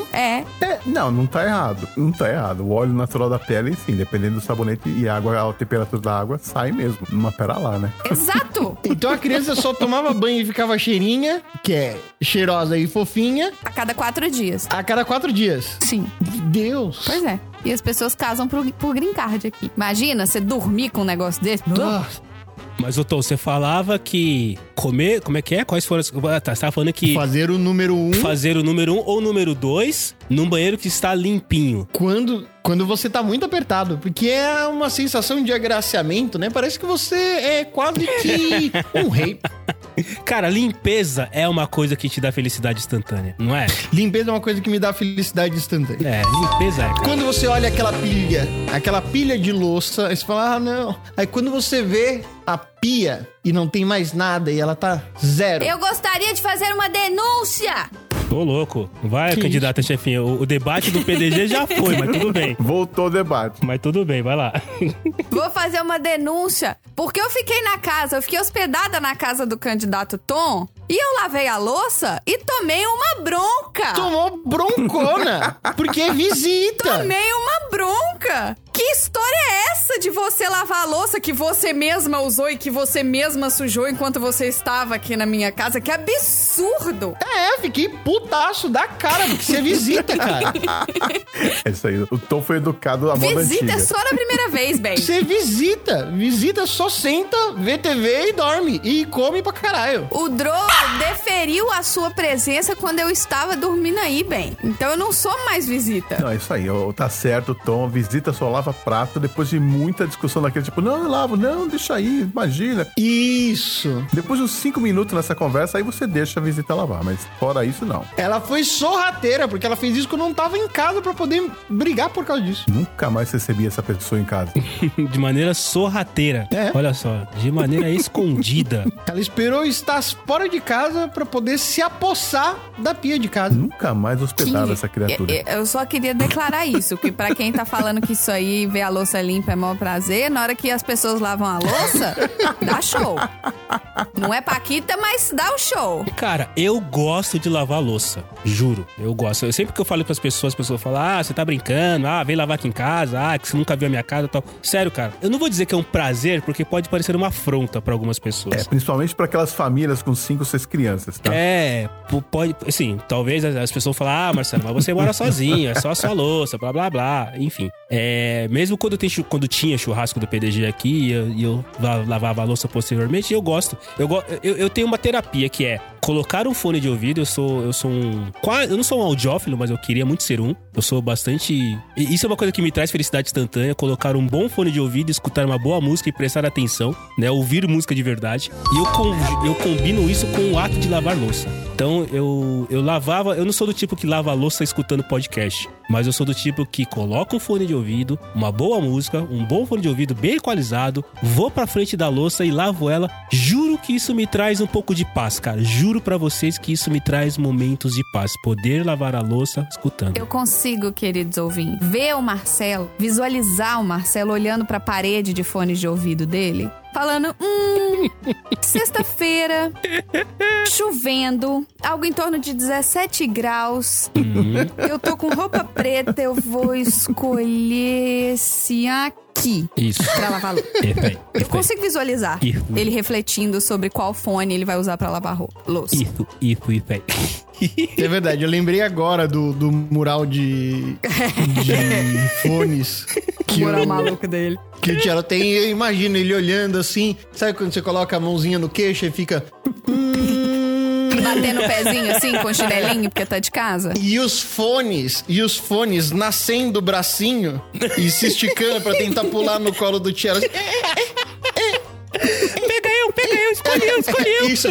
Não tá errado. Não tá errado. O óleo natural da pele, sim, dependendo do sabonete e água, a temperatura da água sai mesmo. Numa pera lá, né? Exato! Então a criança só tomava banho e ficava cheirinha, que é cheirosa e fofinha. A cada 4 dias. A cada 4 dias. Sim. Deus. Pois é. E as pessoas casam por green card aqui. Imagina você dormir com um negócio desse. Mas, Tom, você falava que comer... Como é que é? Quais foram as... Tá, você tava falando que... Fazer o número 1. Fazer o número 1 ou o número 2 num banheiro que está limpinho. Quando você tá muito apertado. Porque é uma sensação de agraciamento, né? Parece que você é quase que um rei. Cara, limpeza é uma coisa que te dá felicidade instantânea, não é? Limpeza é uma coisa que me dá felicidade instantânea. É, limpeza é, cara. Quando você olha aquela pilha de louça, aí você fala, não. Aí quando você vê a pia e não tem mais nada e ela tá zero. Eu gostaria de fazer uma denúncia! Ô, louco. Vai, candidata chefinha. O debate do PDG já foi, mas tudo bem. Voltou o debate. Mas tudo bem, vai lá. Vou fazer uma denúncia, porque eu fiquei hospedada na casa do candidato Tom, e eu lavei a louça e tomei uma bronca. Tomou broncona, porque é visita. Tomei uma bronca. Que história é essa de você lavar a louça que você mesma usou e que você mesma sujou enquanto você estava aqui na minha casa? Que absurdo! Fiquei putaço da cara, porque você visita, cara. É isso aí. O Tom foi educado à moda Visita antiga. é só na primeira vez, bem. Você visita, só senta, vê TV e dorme. E come pra caralho. O Dro deferiu a sua presença quando eu estava dormindo aí, bem. Então eu não sou mais visita. Não, é isso aí. Tá certo, Tom. Visita só lava prato depois de muita discussão daquele tipo, não, eu lavo, não, deixa aí, imagina. Isso. Depois de uns 5 minutos nessa conversa, aí você deixa a visita lavar, mas fora isso, não. Ela foi sorrateira, porque ela fez isso quando eu não tava em casa pra poder brigar por causa disso. Nunca mais recebi essa pessoa em casa. De maneira sorrateira. Olha só, de maneira escondida. Ela esperou estar fora de casa pra poder se apossar da pia de casa. Nunca mais hospedava essa criatura. Eu só queria declarar isso, que pra quem tá falando que isso aí ver a louça limpa é maior prazer, na hora que as pessoas lavam a louça, dá show. Não é paquita, mas dá o show. Cara, eu gosto de lavar a louça. Juro, eu gosto. Sempre que eu falo com as pessoas falam, você tá brincando, vem lavar aqui em casa, que você nunca viu a minha casa e tal. Sério, cara, eu não vou dizer que é um prazer, porque pode parecer uma afronta pra algumas pessoas. Principalmente pra aquelas famílias com 5 ou 6 crianças, tá? Pode, assim, talvez as pessoas falem, Marcelo, mas você mora sozinho, é só a sua louça, blá, blá, blá, enfim. Mesmo quando tinha churrasco do PDG aqui e eu lavava a louça posteriormente, eu gosto. Eu tenho uma terapia que é colocar um fone de ouvido. Eu não sou um audiófilo, mas eu queria muito ser um. Eu sou bastante... Isso é uma coisa que me traz felicidade instantânea, colocar um bom fone de ouvido, escutar uma boa música e prestar atenção, né? Ouvir música de verdade. E eu combino isso com o ato de lavar louça. Então, eu não sou do tipo que lava a louça escutando podcast, mas eu sou do tipo que coloca um fone de ouvido, uma boa música, um bom fone de ouvido bem equalizado, vou pra frente da louça e lavo ela. Juro que isso me traz um pouco de paz, cara. Juro pra vocês que isso me traz momentos de paz. Poder lavar a louça escutando. Eu consigo, queridos ouvintes, ver o Marcelo, visualizar o Marcelo olhando pra parede de fones de ouvido dele, falando, sexta-feira, chovendo, algo em torno de 17 graus, eu tô com roupa preta, eu vou escolher esse aqui. aqui Isso. pra lavar louça. Eu consigo visualizar Isso. ele refletindo sobre qual fone ele vai usar pra lavar louça. Isso. É verdade, eu lembrei agora do mural de fones O moral maluco dele. que o Thiago tem. Eu imagino ele olhando assim, sabe quando você coloca a mãozinha no queixo e fica... Batendo o pezinho assim, com o chinelinho, porque tá de casa. E os fones nascendo o bracinho e se esticando pra tentar pular no colo do Thiago. Pega eu, escolhi eu. Isso.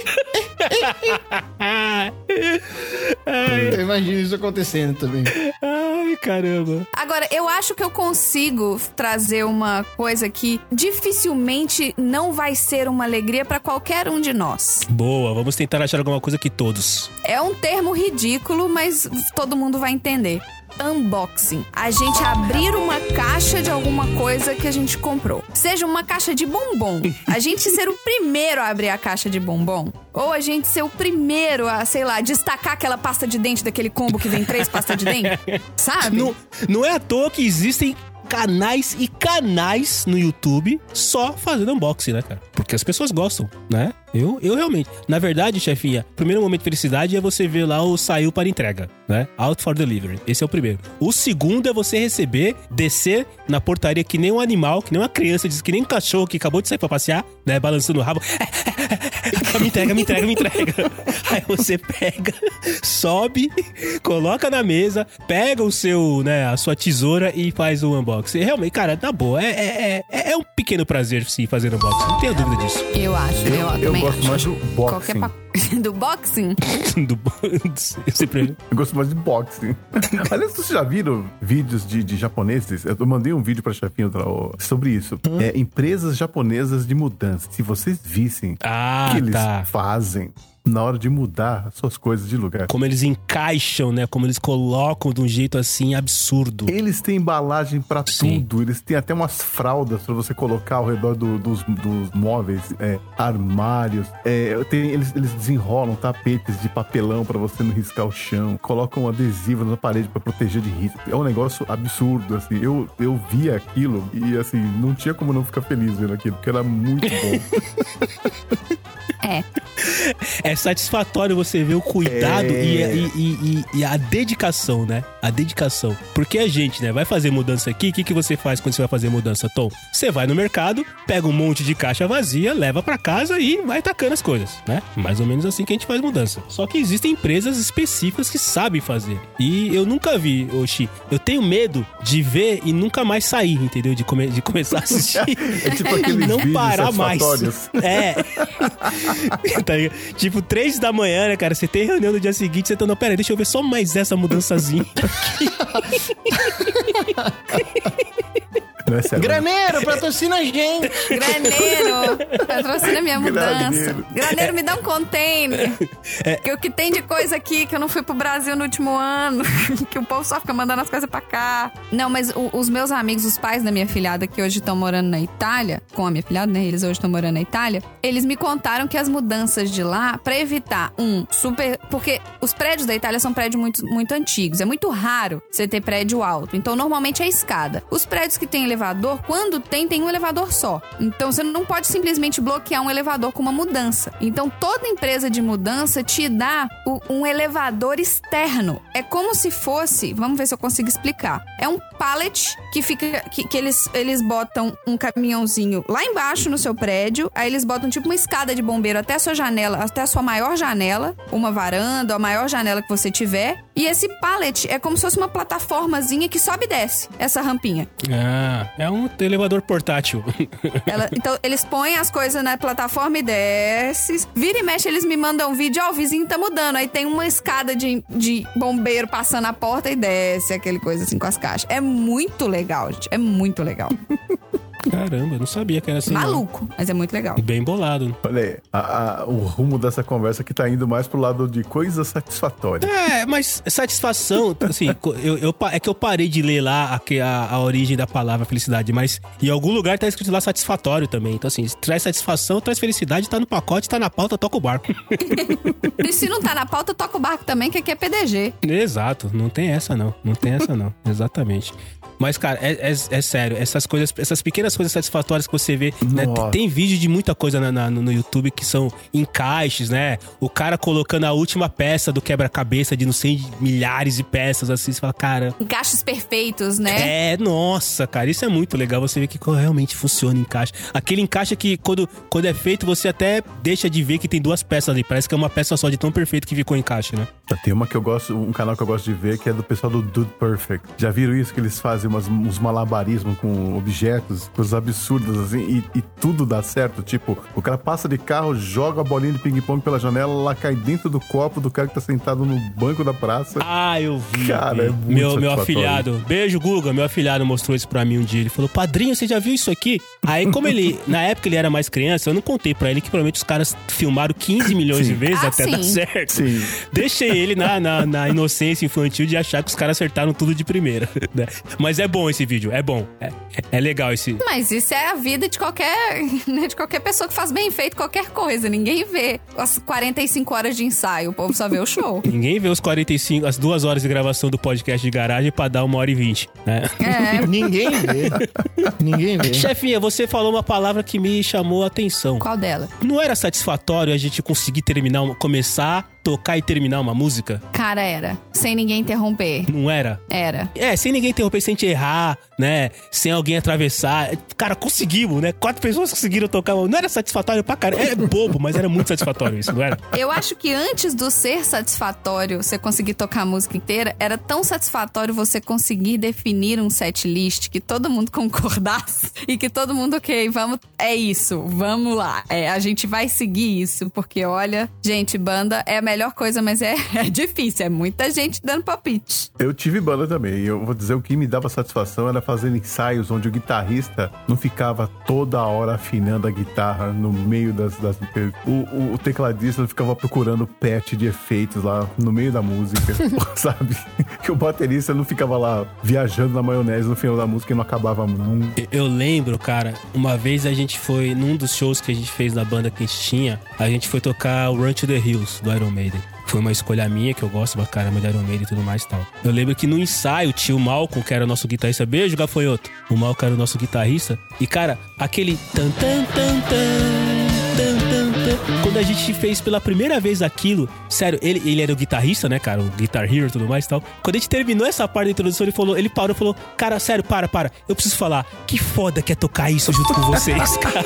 Eu imagino isso acontecendo também. Ai, caramba. Agora, eu acho que eu consigo trazer uma coisa que dificilmente não vai ser uma alegria pra qualquer um de nós. Boa, vamos tentar achar alguma coisa que todos. É um termo ridículo, mas todo mundo vai entender. Unboxing. A gente abrir uma caixa de alguma coisa que a gente comprou. Seja uma caixa de bombom. A gente ser o primeiro a abrir a caixa de bombom. Ou a gente ser o primeiro a, sei lá, destacar aquela pasta de dente daquele combo que vem 3 pastas de dente. Sabe? Não é à toa que existem canais e canais no YouTube só fazendo unboxing, né, cara? Porque as pessoas gostam, né? Eu realmente. Na verdade, chefinha, o primeiro momento de felicidade é você ver lá o saiu para entrega, né? Out for delivery. Esse é o primeiro. O segundo é você receber, descer na portaria que nem um animal, que nem uma criança, diz que nem um cachorro que acabou de sair pra passear, né? Balançando o rabo. Me entrega. Aí você pega, sobe, coloca na mesa, pega o seu, né, a sua tesoura e faz o unboxing. Realmente, cara, na boa, é um pequeno prazer sim fazer unboxing. Não tenha dúvida disso. Eu acho, eu também gosto acho. mais do boxing. Do boxing? Eu sempre... Eu gosto mais de boxing. Aliás, vocês já viram vídeos de japoneses? Eu mandei um vídeo pra chefinha sobre isso. Empresas japonesas de mudança. Se vocês vissem o que eles fazem na hora de mudar as suas coisas de lugar. Como eles encaixam, né? Como eles colocam de um jeito assim absurdo. Eles têm embalagem pra tudo. Eles têm até umas fraldas pra você colocar ao redor dos móveis, armários. Eles desenrolam tapetes de papelão pra você não riscar o chão. Colocam adesivo na parede pra proteger de risco. É um negócio absurdo, assim. Eu via aquilo e, assim, não tinha como não ficar feliz vendo aquilo, porque era muito bom. É satisfatório você ver o cuidado e a dedicação, né? A dedicação. Porque a gente, né, vai fazer mudança aqui. O que você faz quando você vai fazer mudança, Tom? Você vai no mercado, pega um monte de caixa vazia, leva pra casa e vai tacando as coisas, né? Mais ou menos assim que a gente faz mudança. Só que existem empresas específicas que sabem fazer. E eu nunca vi, Oxi. Eu tenho medo de ver e nunca mais sair, entendeu? De começar a assistir. É tipo aqueles não vídeos parar mais. Tá, tipo, 3 da manhã, né, cara? Você tem reunião no dia seguinte, você tá, não, pera aí, deixa eu ver só mais essa mudançazinha. Não é sério. Graneiro, patrocina a gente. Graneiro, patrocina minha mudança. Graneiro, me dá um container. Que o que tem de coisa aqui que eu não fui pro Brasil no último ano, que o povo só fica mandando as coisas pra cá. Não, mas os meus amigos, os pais da minha filhada, que hoje estão morando na Itália, com a minha filhada, né? Eles hoje estão morando na Itália. Eles me contaram que as mudanças de lá, pra evitar porque os prédios da Itália são prédios muito, muito antigos. É muito raro você ter prédio alto. Então, normalmente é escada. Os prédios que tem elevador, quando tem um elevador só. Então, você não pode simplesmente bloquear um elevador com uma mudança. Então, toda empresa de mudança te dá um elevador externo. É como se fosse, vamos ver se eu consigo explicar. É um pallet que fica, que eles botam um caminhãozinho lá embaixo no seu prédio, aí eles botam tipo uma escada de bombeiro até a sua janela, até a sua maior janela, uma varanda, a maior janela que você tiver. E esse pallet é como se fosse uma plataformazinha que sobe e desce, essa rampinha. É um elevador portátil. Então, eles põem as coisas na plataforma e desce. Vira e mexe, eles me mandam um vídeo, o vizinho tá mudando. Aí tem uma escada de bombeiro passando a porta e desce aquele coisa assim com as caixas. É muito legal, gente. É muito legal. Caramba, eu não sabia que era assim. Maluco, mas é muito legal. Bem bolado. Olha aí, o rumo dessa conversa que tá indo mais pro lado de coisas satisfatórias. Mas satisfação, assim, é que eu parei de ler lá a origem da palavra felicidade, mas em algum lugar tá escrito lá satisfatório também. Então, assim, traz satisfação, traz felicidade, tá no pacote, tá na pauta, toca o barco. E se não tá na pauta, toca o barco também, que aqui é PDG. Exato, não tem essa não. Exatamente. Mas, cara, é sério. Essas coisas, essas pequenas coisas satisfatórias que você vê, né? Nossa. Tem vídeo de muita coisa no YouTube que são encaixes, né? O cara colocando a última peça do quebra-cabeça de não sei, milhares de peças, assim. Você fala, cara... Encaixes perfeitos, né? Nossa, cara, isso é muito legal. Você vê que realmente funciona o encaixe. Aquele encaixe que quando é feito, você até deixa de ver que tem duas peças ali. Parece que é uma peça só de tão perfeito que ficou o encaixe, né? Tem uma que eu gosto, um canal que eu gosto de ver, que é do pessoal do Dude Perfect. Já viram isso? Que eles fazem uns malabarismos com objetos, coisas absurdas, assim, e tudo dá certo. Tipo, o cara passa de carro, joga a bolinha de ping-pong pela janela, ela cai dentro do copo do cara que tá sentado no banco da praça. Ah, eu vi. Cara, é muito meu satisfatório. afilhado. Beijo, Guga. Meu afilhado mostrou isso pra mim um dia. Ele falou, padrinho, você já viu isso aqui? Aí, como ele, na época ele era mais criança, eu não contei pra ele que provavelmente os caras filmaram 15 milhões de vezes até dar certo. Sim. Deixei ele na inocência infantil de achar que os caras acertaram tudo de primeira, né? Mas é bom esse vídeo, é bom. É legal esse... Mas isso é a vida de qualquer, né, de qualquer pessoa que faz bem feito qualquer coisa. Ninguém vê as 45 horas de ensaio, o povo só vê o show. Ninguém vê as 2 horas de gravação do podcast de garagem pra dar 1h20, né? Ninguém vê. Ninguém vê. Chefinha, você falou uma palavra que me chamou a atenção. Qual dela? Não era satisfatório a gente conseguir começar, tocar e terminar uma música? Cara, era. Sem ninguém interromper. Não era? Era. Sem ninguém interromper, sem te errar, né? Sem alguém atravessar. Cara, conseguimos, né? 4 pessoas conseguiram tocar. Não era satisfatório pra caramba. É bobo, mas era muito satisfatório isso, não era? Eu acho que antes do ser satisfatório você conseguir tocar a música inteira, era tão satisfatório você conseguir definir um set list que todo mundo concordasse e que todo mundo, ok, vamos, é isso, vamos lá. A gente vai seguir isso, porque olha, gente, banda é a melhor coisa, mas é difícil, é muita gente dando palpite. Eu tive banda também, e eu vou dizer, o que me dava satisfação era fazer ensaios onde o guitarrista não ficava toda hora afinando a guitarra no meio das o tecladista não ficava procurando patch de efeitos lá no meio da música, sabe? Que o baterista não ficava lá viajando na maionese no final da música e não acabava nunca. Eu lembro, cara, uma vez a gente foi, num dos shows que a gente fez na banda que a gente tinha, a gente foi tocar o Run to the Hills, do Iron Maiden. Foi uma escolha minha, que eu gosto pra caramba de Iron Maiden e tudo mais e tal. Eu lembro que no ensaio tinha o Malcolm, que era o nosso guitarrista. Beijo, gafanhoto. O Malcolm era o nosso guitarrista. E, cara, aquele tan tan tan tan tan tan tan. Quando a gente fez pela primeira vez aquilo, sério, ele era o guitarrista, né, cara? O Guitar Hero e tudo mais e tal. Quando a gente terminou essa parte da introdução, ele parou e falou: cara, sério, para. Eu preciso falar. Que foda que é tocar isso junto com vocês, cara.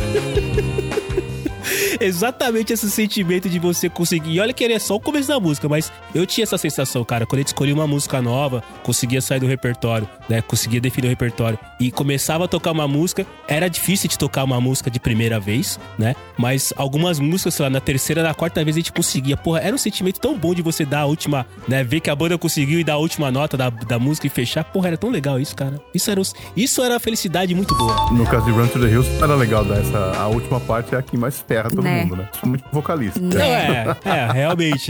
Exatamente esse sentimento de você conseguir. E olha que ele é só o começo da música, mas eu tinha essa sensação, cara. Quando a gente escolhia uma música nova, conseguia sair do repertório, né? Conseguia definir o repertório e começava a tocar uma música. Era difícil de tocar uma música de primeira vez, né? Mas algumas músicas, sei lá, na terceira, na quarta vez a gente conseguia. Porra, era um sentimento tão bom de você dar a última, né? Ver que a banda conseguiu e dar a última nota da música e fechar. Porra, era tão legal isso, cara. Isso era uma felicidade muito boa. No caso de Run to the Hills, era legal dar a última parte, é a que mais ferra todo mundo, né? Sou muito vocalista. Não, realmente.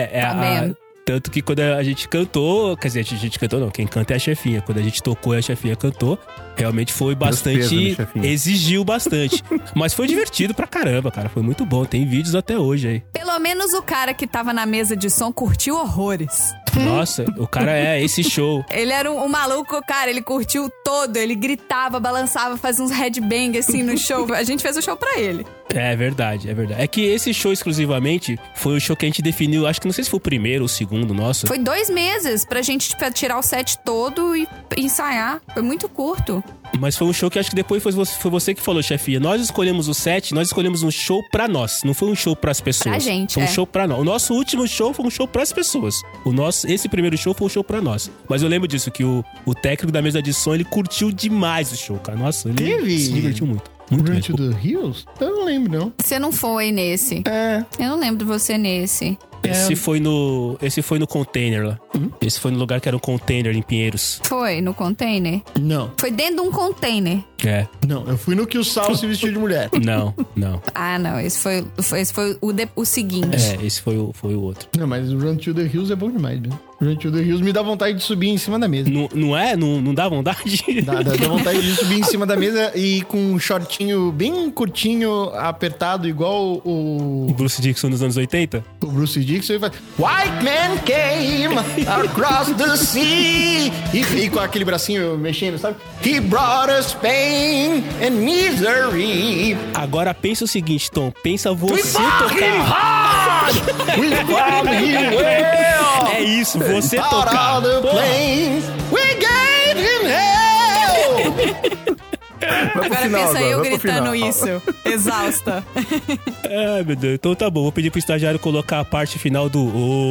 Tanto que quando a gente cantou, quer dizer, a gente cantou não, quem canta é a chefinha. Quando a gente tocou e a chefinha cantou, realmente foi bastante, exigiu bastante. Mas foi divertido pra caramba, cara, foi muito bom, tem vídeos até hoje aí. Pelo menos o cara que tava na mesa de som curtiu horrores. Nossa, o cara esse show. Ele era um maluco, cara, ele curtiu todo, ele gritava, balançava, fazia uns headbang assim no show. A gente fez o show pra ele. É verdade. É que esse show exclusivamente foi o show que a gente definiu, acho que não sei se foi o primeiro ou o segundo, nossa. Foi 2 meses pra gente tirar o set todo e ensaiar. Foi muito curto. Mas foi um show que acho que depois foi você que falou, chefia. Nós escolhemos o set, nós escolhemos um show pra nós. Não foi um show pras pessoas. Pra gente, foi um show pra nós. O nosso último show foi um show pras pessoas. Esse primeiro show foi um show pra nós. Mas eu lembro disso, que o técnico da mesa de som, ele curtiu demais o show, cara. Nossa, ele se divertiu muito. Run to the Hills? Eu não lembro, não. Você não foi nesse. Eu não lembro de você nesse. Esse foi no container lá. Esse foi no lugar que era um container em Pinheiros. Foi no container? Não. Foi dentro de um container. Não, eu fui no que o Sal se vestiu de mulher. Não. Ah, não. Esse foi o seguinte. Esse foi o outro. Não, mas o Run to the Hills é bom demais, viu? Run to the Hills me dá vontade de subir em cima da mesa. Não é? Não dá vontade? Dá vontade de subir em cima da mesa e com um shortinho bem curtinho, apertado, igual o Bruce Dickinson dos anos 80? O Bruce Dickinson e faz White Man Came across the sea. E com aquele bracinho mexendo, sabe? He brought us pain and misery. Agora pensa o seguinte, Tom. Pensa você tocar. We fought him well. É isso, você Out tocar. all the Porra. plains, we gave him hell. Agora pensa eu gritando isso. Exausta. Ai, meu Deus. Então tá bom, vou pedir pro estagiário colocar a parte final do...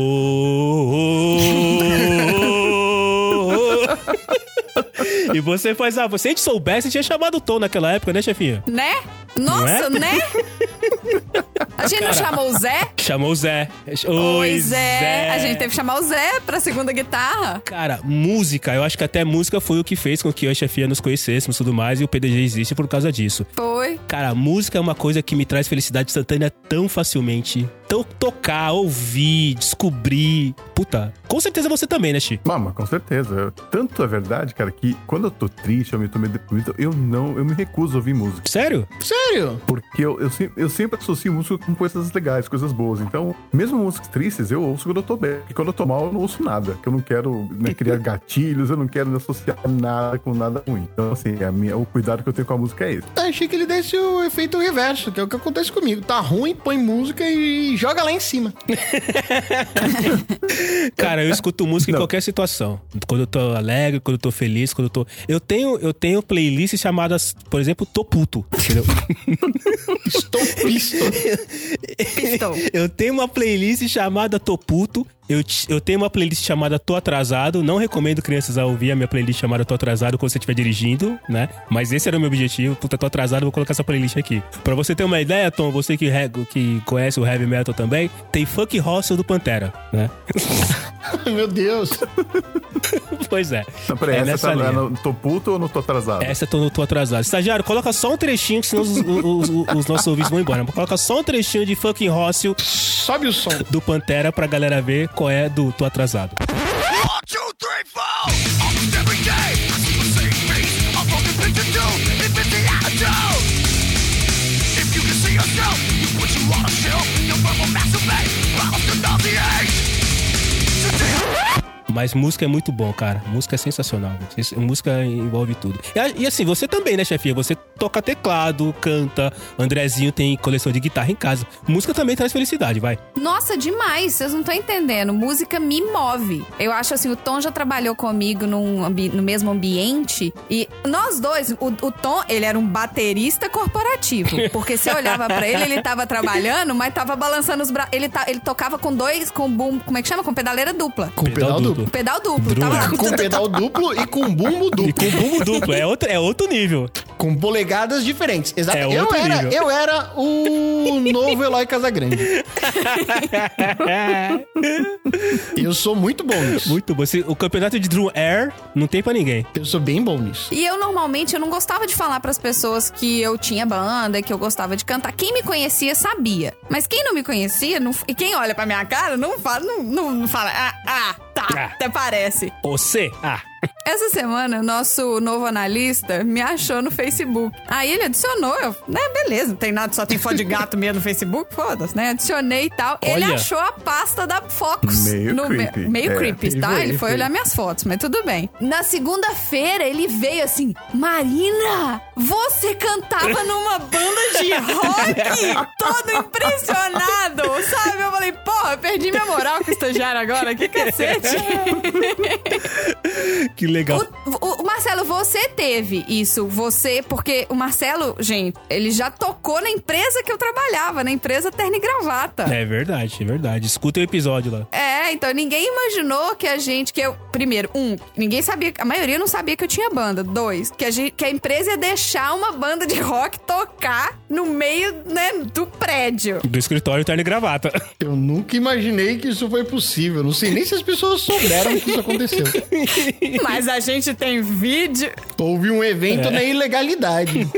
E você faz... se a gente soubesse, tinha chamado o Tom naquela época, né, chefinha? Né? Nossa, Não é? né? A gente não chamou o Zé? Chamou o Zé. Oi, Zé. A gente teve que chamar o Zé pra segunda guitarra. Cara, música, eu acho que até música foi o que fez com que eu e a chefia nos conhecêssemos e tudo mais, e o PDG existe por causa disso. Foi. Cara, música é uma coisa que me traz felicidade instantânea tão facilmente. Então, tocar, ouvir, descobrir... Puta, com certeza você também, né, Chi? Mama, com certeza. Tanto é verdade, cara, que quando eu tô triste, eu me tô meio deprimido, eu me recuso a ouvir música. Sério? Sério? Porque eu sempre associo música com coisas legais, coisas boas. Então, mesmo músicas tristes, eu ouço quando eu tô bem. E quando eu tô mal, eu não ouço nada. Porque eu não quero criar gatilhos, eu não quero associar nada com nada ruim. Então, assim, o cuidado que eu tenho com a música é esse. Achei que ele desse o efeito reverso, que é o que acontece comigo. Tá ruim, põe música e joga lá em cima. Cara, eu escuto música em qualquer situação. Quando eu tô alegre, quando eu tô feliz, quando eu tô... Eu tenho playlists chamadas, por exemplo, Tô Puto, entendeu? Estou pisto. Eu tenho uma playlist chamada Tô Puto. Eu tenho uma playlist chamada Tô Atrasado. Não recomendo crianças a ouvir a minha playlist chamada Tô Atrasado quando você estiver dirigindo, né? Mas esse era o meu objetivo. Puta, tô atrasado, vou colocar essa playlist aqui. Pra você ter uma ideia, Tom, você que conhece o heavy metal também, tem Funk Hostel do Pantera, né? Meu Deus. Pois é. Então, peraí, essa nessa tá linha. no Tô Puto ou no Tô Atrasado? Essa eu tô atrasado. Estagiário, coloca só um trechinho, que senão os nossos ouvintes vão embora. Coloca só um trechinho de Fucking Hostel Sobe o som. do Pantera pra galera ver qual é do Tô Atrasado. 1, 2, 3, 4. Almost every day, I see the same face. A broken picture too. If it's the attitude. If you can see yourself, you put you on a shelf. Your verbal masturbate, bottles to nauseate. Mas música é muito bom, cara. Música é sensacional. Música envolve tudo. E assim, você também, né, chefia? Você toca teclado, canta. Andrezinho tem coleção de guitarra em casa. Música também traz felicidade, vai. Nossa, demais. Vocês não estão entendendo. Música me move. Eu acho assim, o Tom já trabalhou comigo no mesmo ambiente. E nós dois, o Tom, ele era um baterista corporativo. Porque você olhava pra ele tava trabalhando, mas tava balançando os braços. Ele tocava com boom, como é que chama? Com pedaleira dupla. Com pedal duplo. Pedal duplo. Tava lá. Com pedal duplo e com bumbo duplo. E com bumbo duplo. É outro nível. Com polegadas diferentes. Exato. É outro nível. Eu era o novo Eloy Casagrande. Eu sou muito bom nisso. Muito bom. O campeonato de Drum Air não tem pra ninguém. Eu sou bem bom nisso. E eu normalmente não gostava de falar pras pessoas que eu tinha banda, que eu gostava de cantar. Quem me conhecia sabia. Mas quem não me conhecia, e quem olha pra minha cara, não fala, tá, até parece. Você? Essa semana, o nosso novo analista me achou no Facebook. Aí ele adicionou, beleza, não tem nada, só tem foto de gato mesmo no Facebook, foda-se, né? Adicionei e tal. Olha. Ele achou a pasta da Fox. Meio creepy. Meio creepy, tá? Ele foi foi. olhar minhas fotos, mas tudo bem. Na segunda-feira, ele veio assim, Marina, você cantava numa banda de rock? Todo impressionado, sabe? Eu falei, porra, eu perdi minha moral com o estagiário agora, que cacete. Que legal. O Marcelo, você teve isso, porque o Marcelo, gente, ele já tocou na empresa que eu trabalhava, na empresa Terno e Gravata. É verdade, é verdade. Escuta o episódio lá. Então ninguém imaginou primeiro, ninguém sabia, a maioria não sabia que eu tinha banda. 2, que a empresa ia deixar uma banda de rock tocar no meio, né, do prédio. Do escritório Terno e Gravata. Eu nunca imaginei que isso foi possível. Não sei nem se as pessoas souberam que isso aconteceu. Mas a gente tem vídeo. Houve um evento na ilegalidade.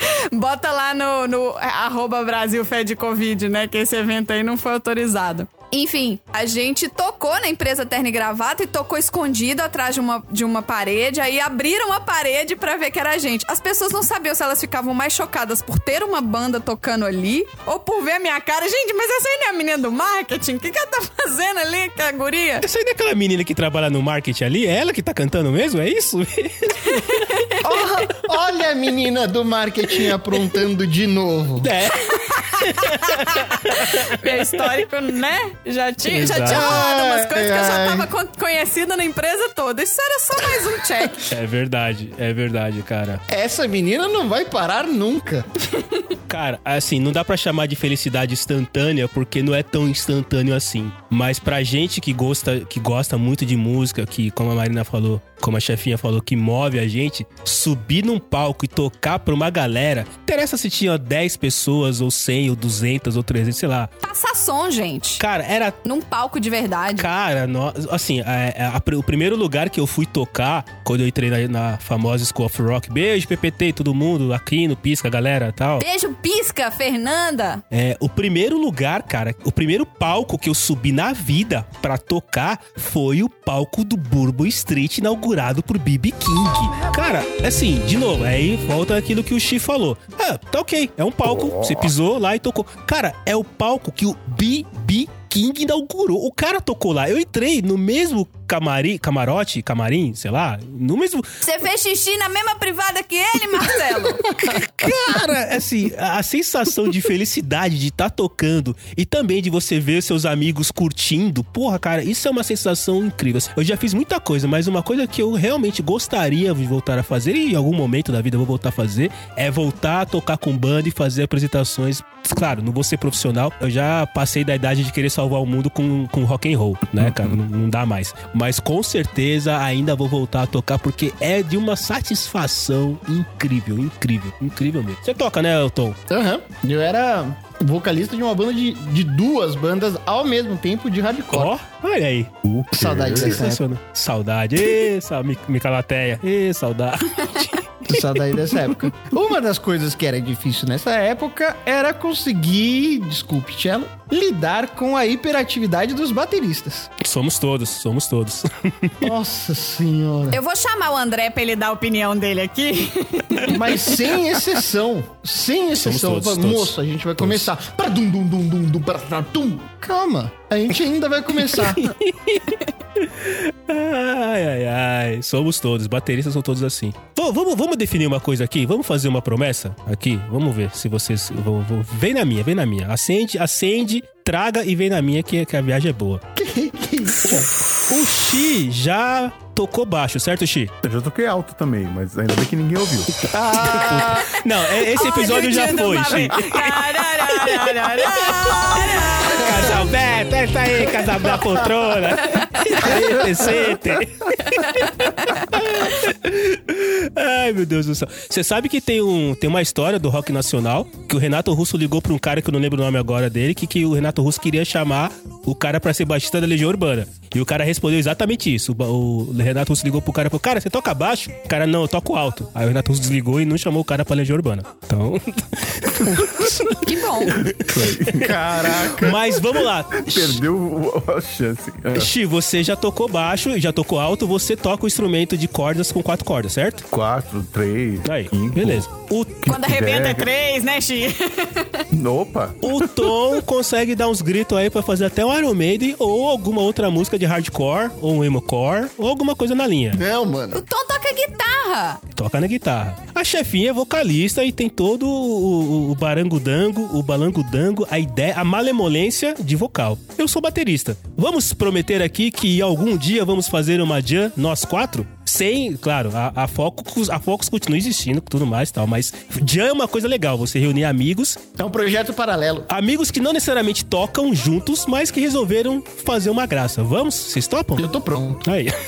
Bota lá no @BrasilFedCovid, né? Que esse evento aí não foi autorizado. Enfim, a gente tocou na empresa Terno e Gravata e tocou escondido atrás de uma parede. Aí abriram a parede pra ver que era a gente. As pessoas não sabiam se elas ficavam mais chocadas por ter uma banda tocando ali ou por ver a minha cara. Gente, mas essa aí não é a menina do marketing? O que ela tá fazendo ali, que a guria? Essa aí não é aquela menina que trabalha no marketing ali? É ela que tá cantando mesmo? É isso? Olha a menina do marketing aprontando de novo. É. Meu histórico, né? Já tinha Exato. rolado umas coisas que eu já tava conhecida na empresa toda. Isso era só mais um check. É verdade, cara. Essa menina não vai parar nunca. Cara, assim, não dá pra chamar de felicidade instantânea, porque não é tão instantâneo assim. Mas pra gente que gosta muito de música, que, como a Marina falou, como a chefinha falou, que move a gente, subir num palco e tocar pra uma galera, interessa se tinha 10 pessoas, ou 100, ou 200, ou 300, sei lá. Passar som, gente. Cara, era... Num palco de verdade. Cara, assim, o primeiro lugar que eu fui tocar, quando eu entrei na famosa School of Rock, beijo, PPT e todo mundo, Aquino, Pisca, galera e tal. Beijo, Pisca, Fernanda. O primeiro lugar, cara, o primeiro palco que eu subi na vida pra tocar foi o palco do Bourbon Street, inaugurado por B.B. King. Cara, assim, de novo, aí volta aquilo que o Xi falou. Tá ok, é um palco, você pisou lá e tocou. Cara, é o palco que o B.B. King inaugurou. O cara tocou lá. Eu entrei no mesmo camarim, sei lá, no mesmo... Você fez xixi na mesma privada que ele, Marcelo? Cara, assim, a sensação de felicidade de estar tocando e também de você ver seus amigos curtindo, porra, cara, isso é uma sensação incrível. Eu já fiz muita coisa, mas uma coisa que eu realmente gostaria de voltar a fazer, e em algum momento da vida eu vou voltar a fazer, é voltar a tocar com banda e fazer apresentações. Claro, não vou ser profissional, eu já passei da idade de querer salvar o mundo com rock and roll, né, cara? Não dá mais. Mas com certeza ainda vou voltar a tocar, porque é de uma satisfação incrível mesmo. Você toca, né, Elton? Aham. Eu era vocalista de uma banda de duas bandas ao mesmo tempo de hardcore. Olha aí. Saudade dessa época. Saudade. Micalateia. Saudade. Saudade dessa época. Uma das coisas que era difícil nessa época era conseguir, desculpe, Cello, lidar com a hiperatividade dos bateristas. Somos todos. Nossa senhora. Eu vou chamar o André pra ele dar a opinião dele aqui. Mas sem exceção. Sem exceção. Todos. Moço, a gente vai começar. Calma, a gente ainda vai começar. Ai. Somos todos. Bateristas são todos assim. Vamos definir uma coisa aqui? Vamos fazer uma promessa aqui? Vamos ver se vocês... Vem na minha. Acende, traga e vem na minha que a viagem é boa. O Xi já tocou baixo, certo, Xi? Eu já toquei alto também, mas ainda bem que ninguém ouviu. Não, esse episódio já foi, Xi. Casalberto, tá aí, casal da poltrona. Aí, decente. Ai, meu Deus do céu. Você sabe que tem uma história do rock nacional que o Renato Russo ligou pra um cara que eu não lembro o nome agora dele, que o Renato Russo queria chamar o cara pra ser baixista da Legião Urbana. E o cara respondeu exatamente isso. O Renato Russo ligou pro cara e falou: cara, você toca baixo? O cara, não, eu toco alto. Aí o Renato Russo desligou e não chamou o cara pra Legião Urbana. Então... Que bom. Caraca. Mas vamos lá. Perdeu a chance. Xi, você já tocou baixo, já tocou alto, você toca o instrumento de cordas com 4 cordas, certo? 4, 3, Aí, 5. beleza. Quando arrebenta é 3, né, Xi? Opa. O Tom consegue dar uns gritos aí pra fazer até um Iron Maiden ou alguma outra música de hardcore, ou um emocore, ou alguma coisa na linha. Não, mano. O Tom toca guitarra. Toca na guitarra. A chefinha é vocalista e tem todo o barangudango, o balangudango, a ideia, a malemolência de vocal. Eu sou baterista. Vamos prometer aqui que algum dia vamos fazer uma jam, nós 4? Sem, claro, a Focus continua existindo, tudo mais e tal, mas jam é uma coisa legal, você reunir amigos. É um projeto paralelo. Amigos que não necessariamente tocam juntos, mas que resolveram fazer uma graça. Vamos? Vocês topam? Eu tô pronto. Aí.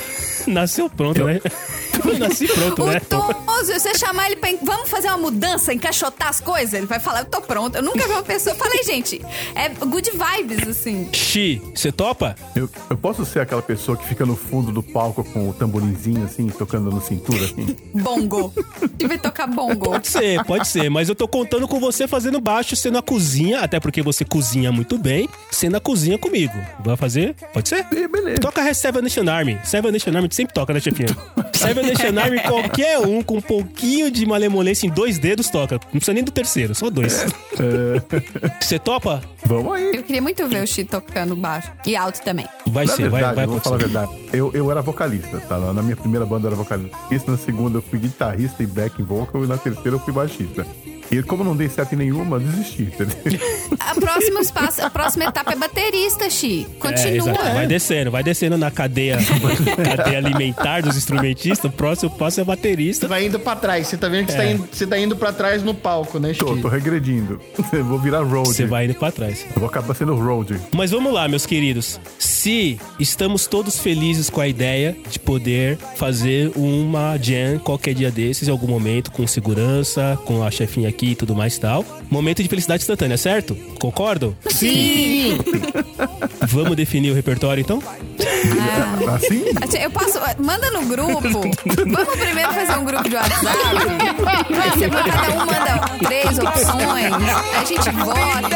Nasceu pronto, né? Eu nasci pronto, né? O Tonzo, você chamar ele pra... Vamos fazer uma mudança, encaixotar as coisas? Ele vai falar, eu tô pronto. Eu nunca vi uma pessoa... Eu falei, gente, é good vibes, assim. Xi, você topa? Eu posso ser aquela pessoa que fica no fundo do palco com o tamborinzinho, assim, tocando na cintura, assim? Bongo. Devia tocar bongo. Pode ser, mas eu tô contando com você fazendo baixo, sendo a cozinha, até porque você cozinha muito bem, sendo a cozinha comigo. Vai fazer? Pode ser? Beleza. Toca Seven Nation Army. Seven Nation Army sempre toca, né, chefinha? Seven Nation Army, qualquer um com um pouquinho de malemolência em 2 dedos toca. Não precisa nem do terceiro, só 2. Você topa? Vamos aí. Eu queria muito ver o Xi tocando baixo. E alto também. Vai Na ser, verdade, vai eu vou falar a acontecer. verdade. Eu era vocalista, tá? Na minha primeira banda eu era vocalista. Na segunda eu fui guitarrista e back vocal. E na terceira eu fui baixista. E como não dei certo em nenhuma, desisti, entendeu? A próxima etapa é baterista, Xi. Continua. Exato. Vai descendo na cadeia alimentar dos instrumentistas. O próximo passo é baterista. Você vai indo pra trás. Você tá vendo que você tá indo pra trás no palco, né, Chico? Tô regredindo. Eu vou virar road. Você vai indo pra trás. Eu vou acabar sendo road. Mas vamos lá, meus queridos. Se estamos todos felizes com a ideia de poder fazer uma jam qualquer dia desses, em algum momento, com segurança, com a chefinha aqui e tudo mais e tal. Momento de felicidade instantânea, certo? Concordam? Sim! Vamos definir o repertório, então? Assim? Eu posso... Manda no grupo. Vamos primeiro fazer um grupo de WhatsApp. Cada um manda 3 opções. Aí a gente vota.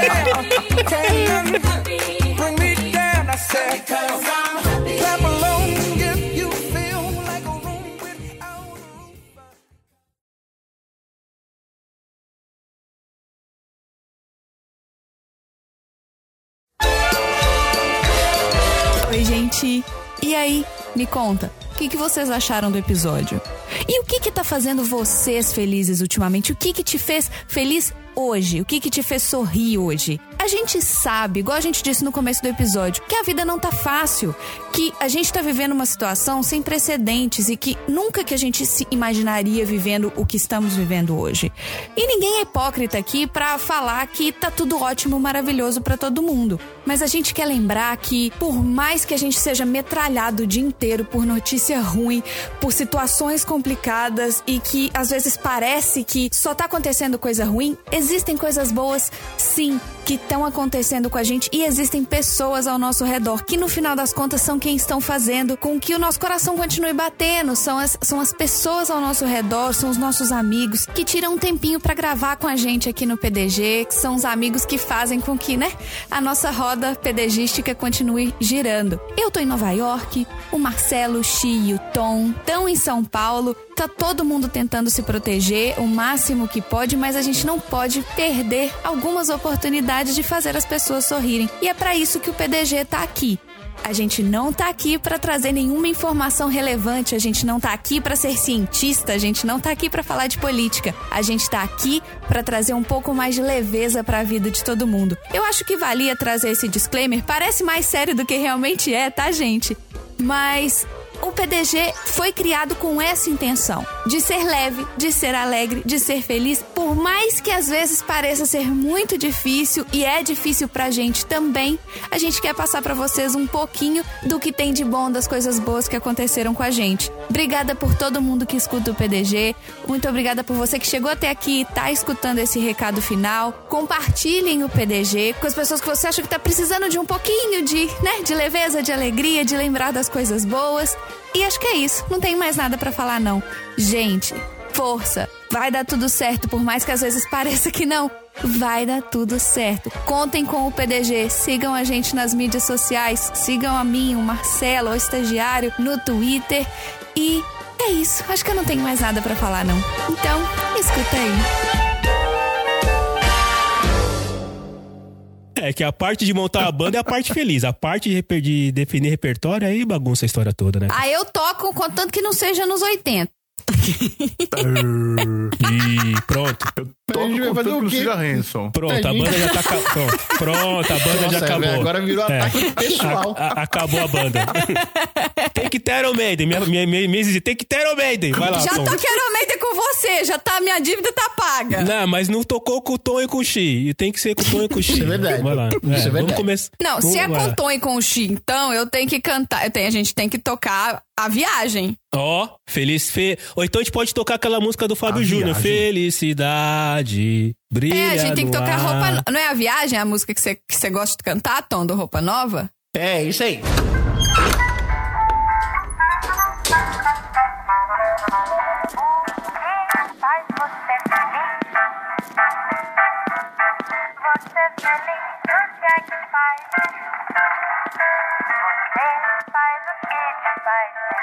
Bring me down, I said, clap along if you feel like a room without a Oi, gente. E aí? Me conta. O que vocês acharam do episódio? E o que tá fazendo vocês felizes ultimamente? O que te fez feliz hoje? O que te fez sorrir hoje? A gente sabe, igual a gente disse no começo do episódio, que a vida não tá fácil, que a gente tá vivendo uma situação sem precedentes e que nunca que a gente se imaginaria vivendo o que estamos vivendo hoje. E ninguém é hipócrita aqui pra falar que tá tudo ótimo, maravilhoso pra todo mundo. Mas a gente quer lembrar que, por mais que a gente seja metralhado o dia inteiro por notícia ruim, por situações complicadas e que às vezes parece que só tá acontecendo coisa ruim, existem coisas boas, sim, que estão acontecendo com a gente e existem pessoas ao nosso redor que no final das contas são quem estão fazendo com que o nosso coração continue batendo, são as pessoas ao nosso redor, são os nossos amigos que tiram um tempinho pra gravar com a gente aqui no PDG, que são os amigos que fazem com que, né, a nossa roda pedagística continue girando. Eu tô em Nova York, o Marcelo, o Xi e o Tom estão em São Paulo. Tá todo mundo tentando se proteger o máximo que pode, mas a gente não pode perder algumas oportunidades de fazer as pessoas sorrirem. E é pra isso que o PDG tá aqui. A gente não tá aqui pra trazer nenhuma informação relevante, a gente não tá aqui pra ser cientista, a gente não tá aqui pra falar de política. A gente tá aqui pra trazer um pouco mais de leveza pra vida de todo mundo. Eu acho que valia trazer esse disclaimer, parece mais sério do que realmente é, tá, gente? Mas o PDG foi criado com essa intenção, de ser leve, de ser alegre, de ser feliz, por mais que às vezes pareça ser muito difícil, e é difícil pra gente também, a gente quer passar pra vocês um pouquinho do que tem de bom, das coisas boas que aconteceram com a gente. Obrigada por todo mundo que escuta o PDG, muito obrigada por você que chegou até aqui e tá escutando esse recado final. Compartilhem o PDG com as pessoas que você acha que tá precisando de um pouquinho de leveza, de alegria, de lembrar das coisas boas. E acho que é isso, não tem mais nada pra falar não. Gente, força, vai dar tudo certo, por mais que às vezes pareça que não. Vai dar tudo certo. Contem com o PDG, sigam a gente nas mídias sociais, sigam a mim, o Marcelo, o estagiário, no Twitter. E é isso, acho que eu não tenho mais nada pra falar não. Então, escuta aí. É que a parte de montar a banda é a parte feliz. A parte de definir repertório, aí bagunça a história toda, né? Ah, eu toco, contanto que não seja nos 80. E pronto. Toco A gente vai fazer contanto que o não quê? seja Hanson. Pronto, a banda já tá... Pronto, a banda Nossa, já acabou. velho, agora virou ataque pessoal. Acabou a banda. Take It Iron Maiden. Minha exigência, Take It Iron Maiden. Vai lá, Já Tom. toquei Iron Maiden com você, minha dívida tá paga. Não, mas não tocou com o Tom e com o Xi. E tem que ser com o Tom e com o Xi. Isso é verdade. Vai lá. Isso é Vamos verdade. começar. Não, se é com o Tom e com o Xi, então eu tenho que cantar. A gente tem que tocar A Viagem. Ó, Ou então a gente pode tocar aquela música do Fábio A Júnior. Viagem. Felicidade, brilha A gente tem que no tocar ar. Roupa Nova. Não é A Viagem a música que você gosta de cantar, Tom, do Roupa Nova? É, isso aí. Faz você feliz. Você feliz, o que é que faz? Você faz o que te faz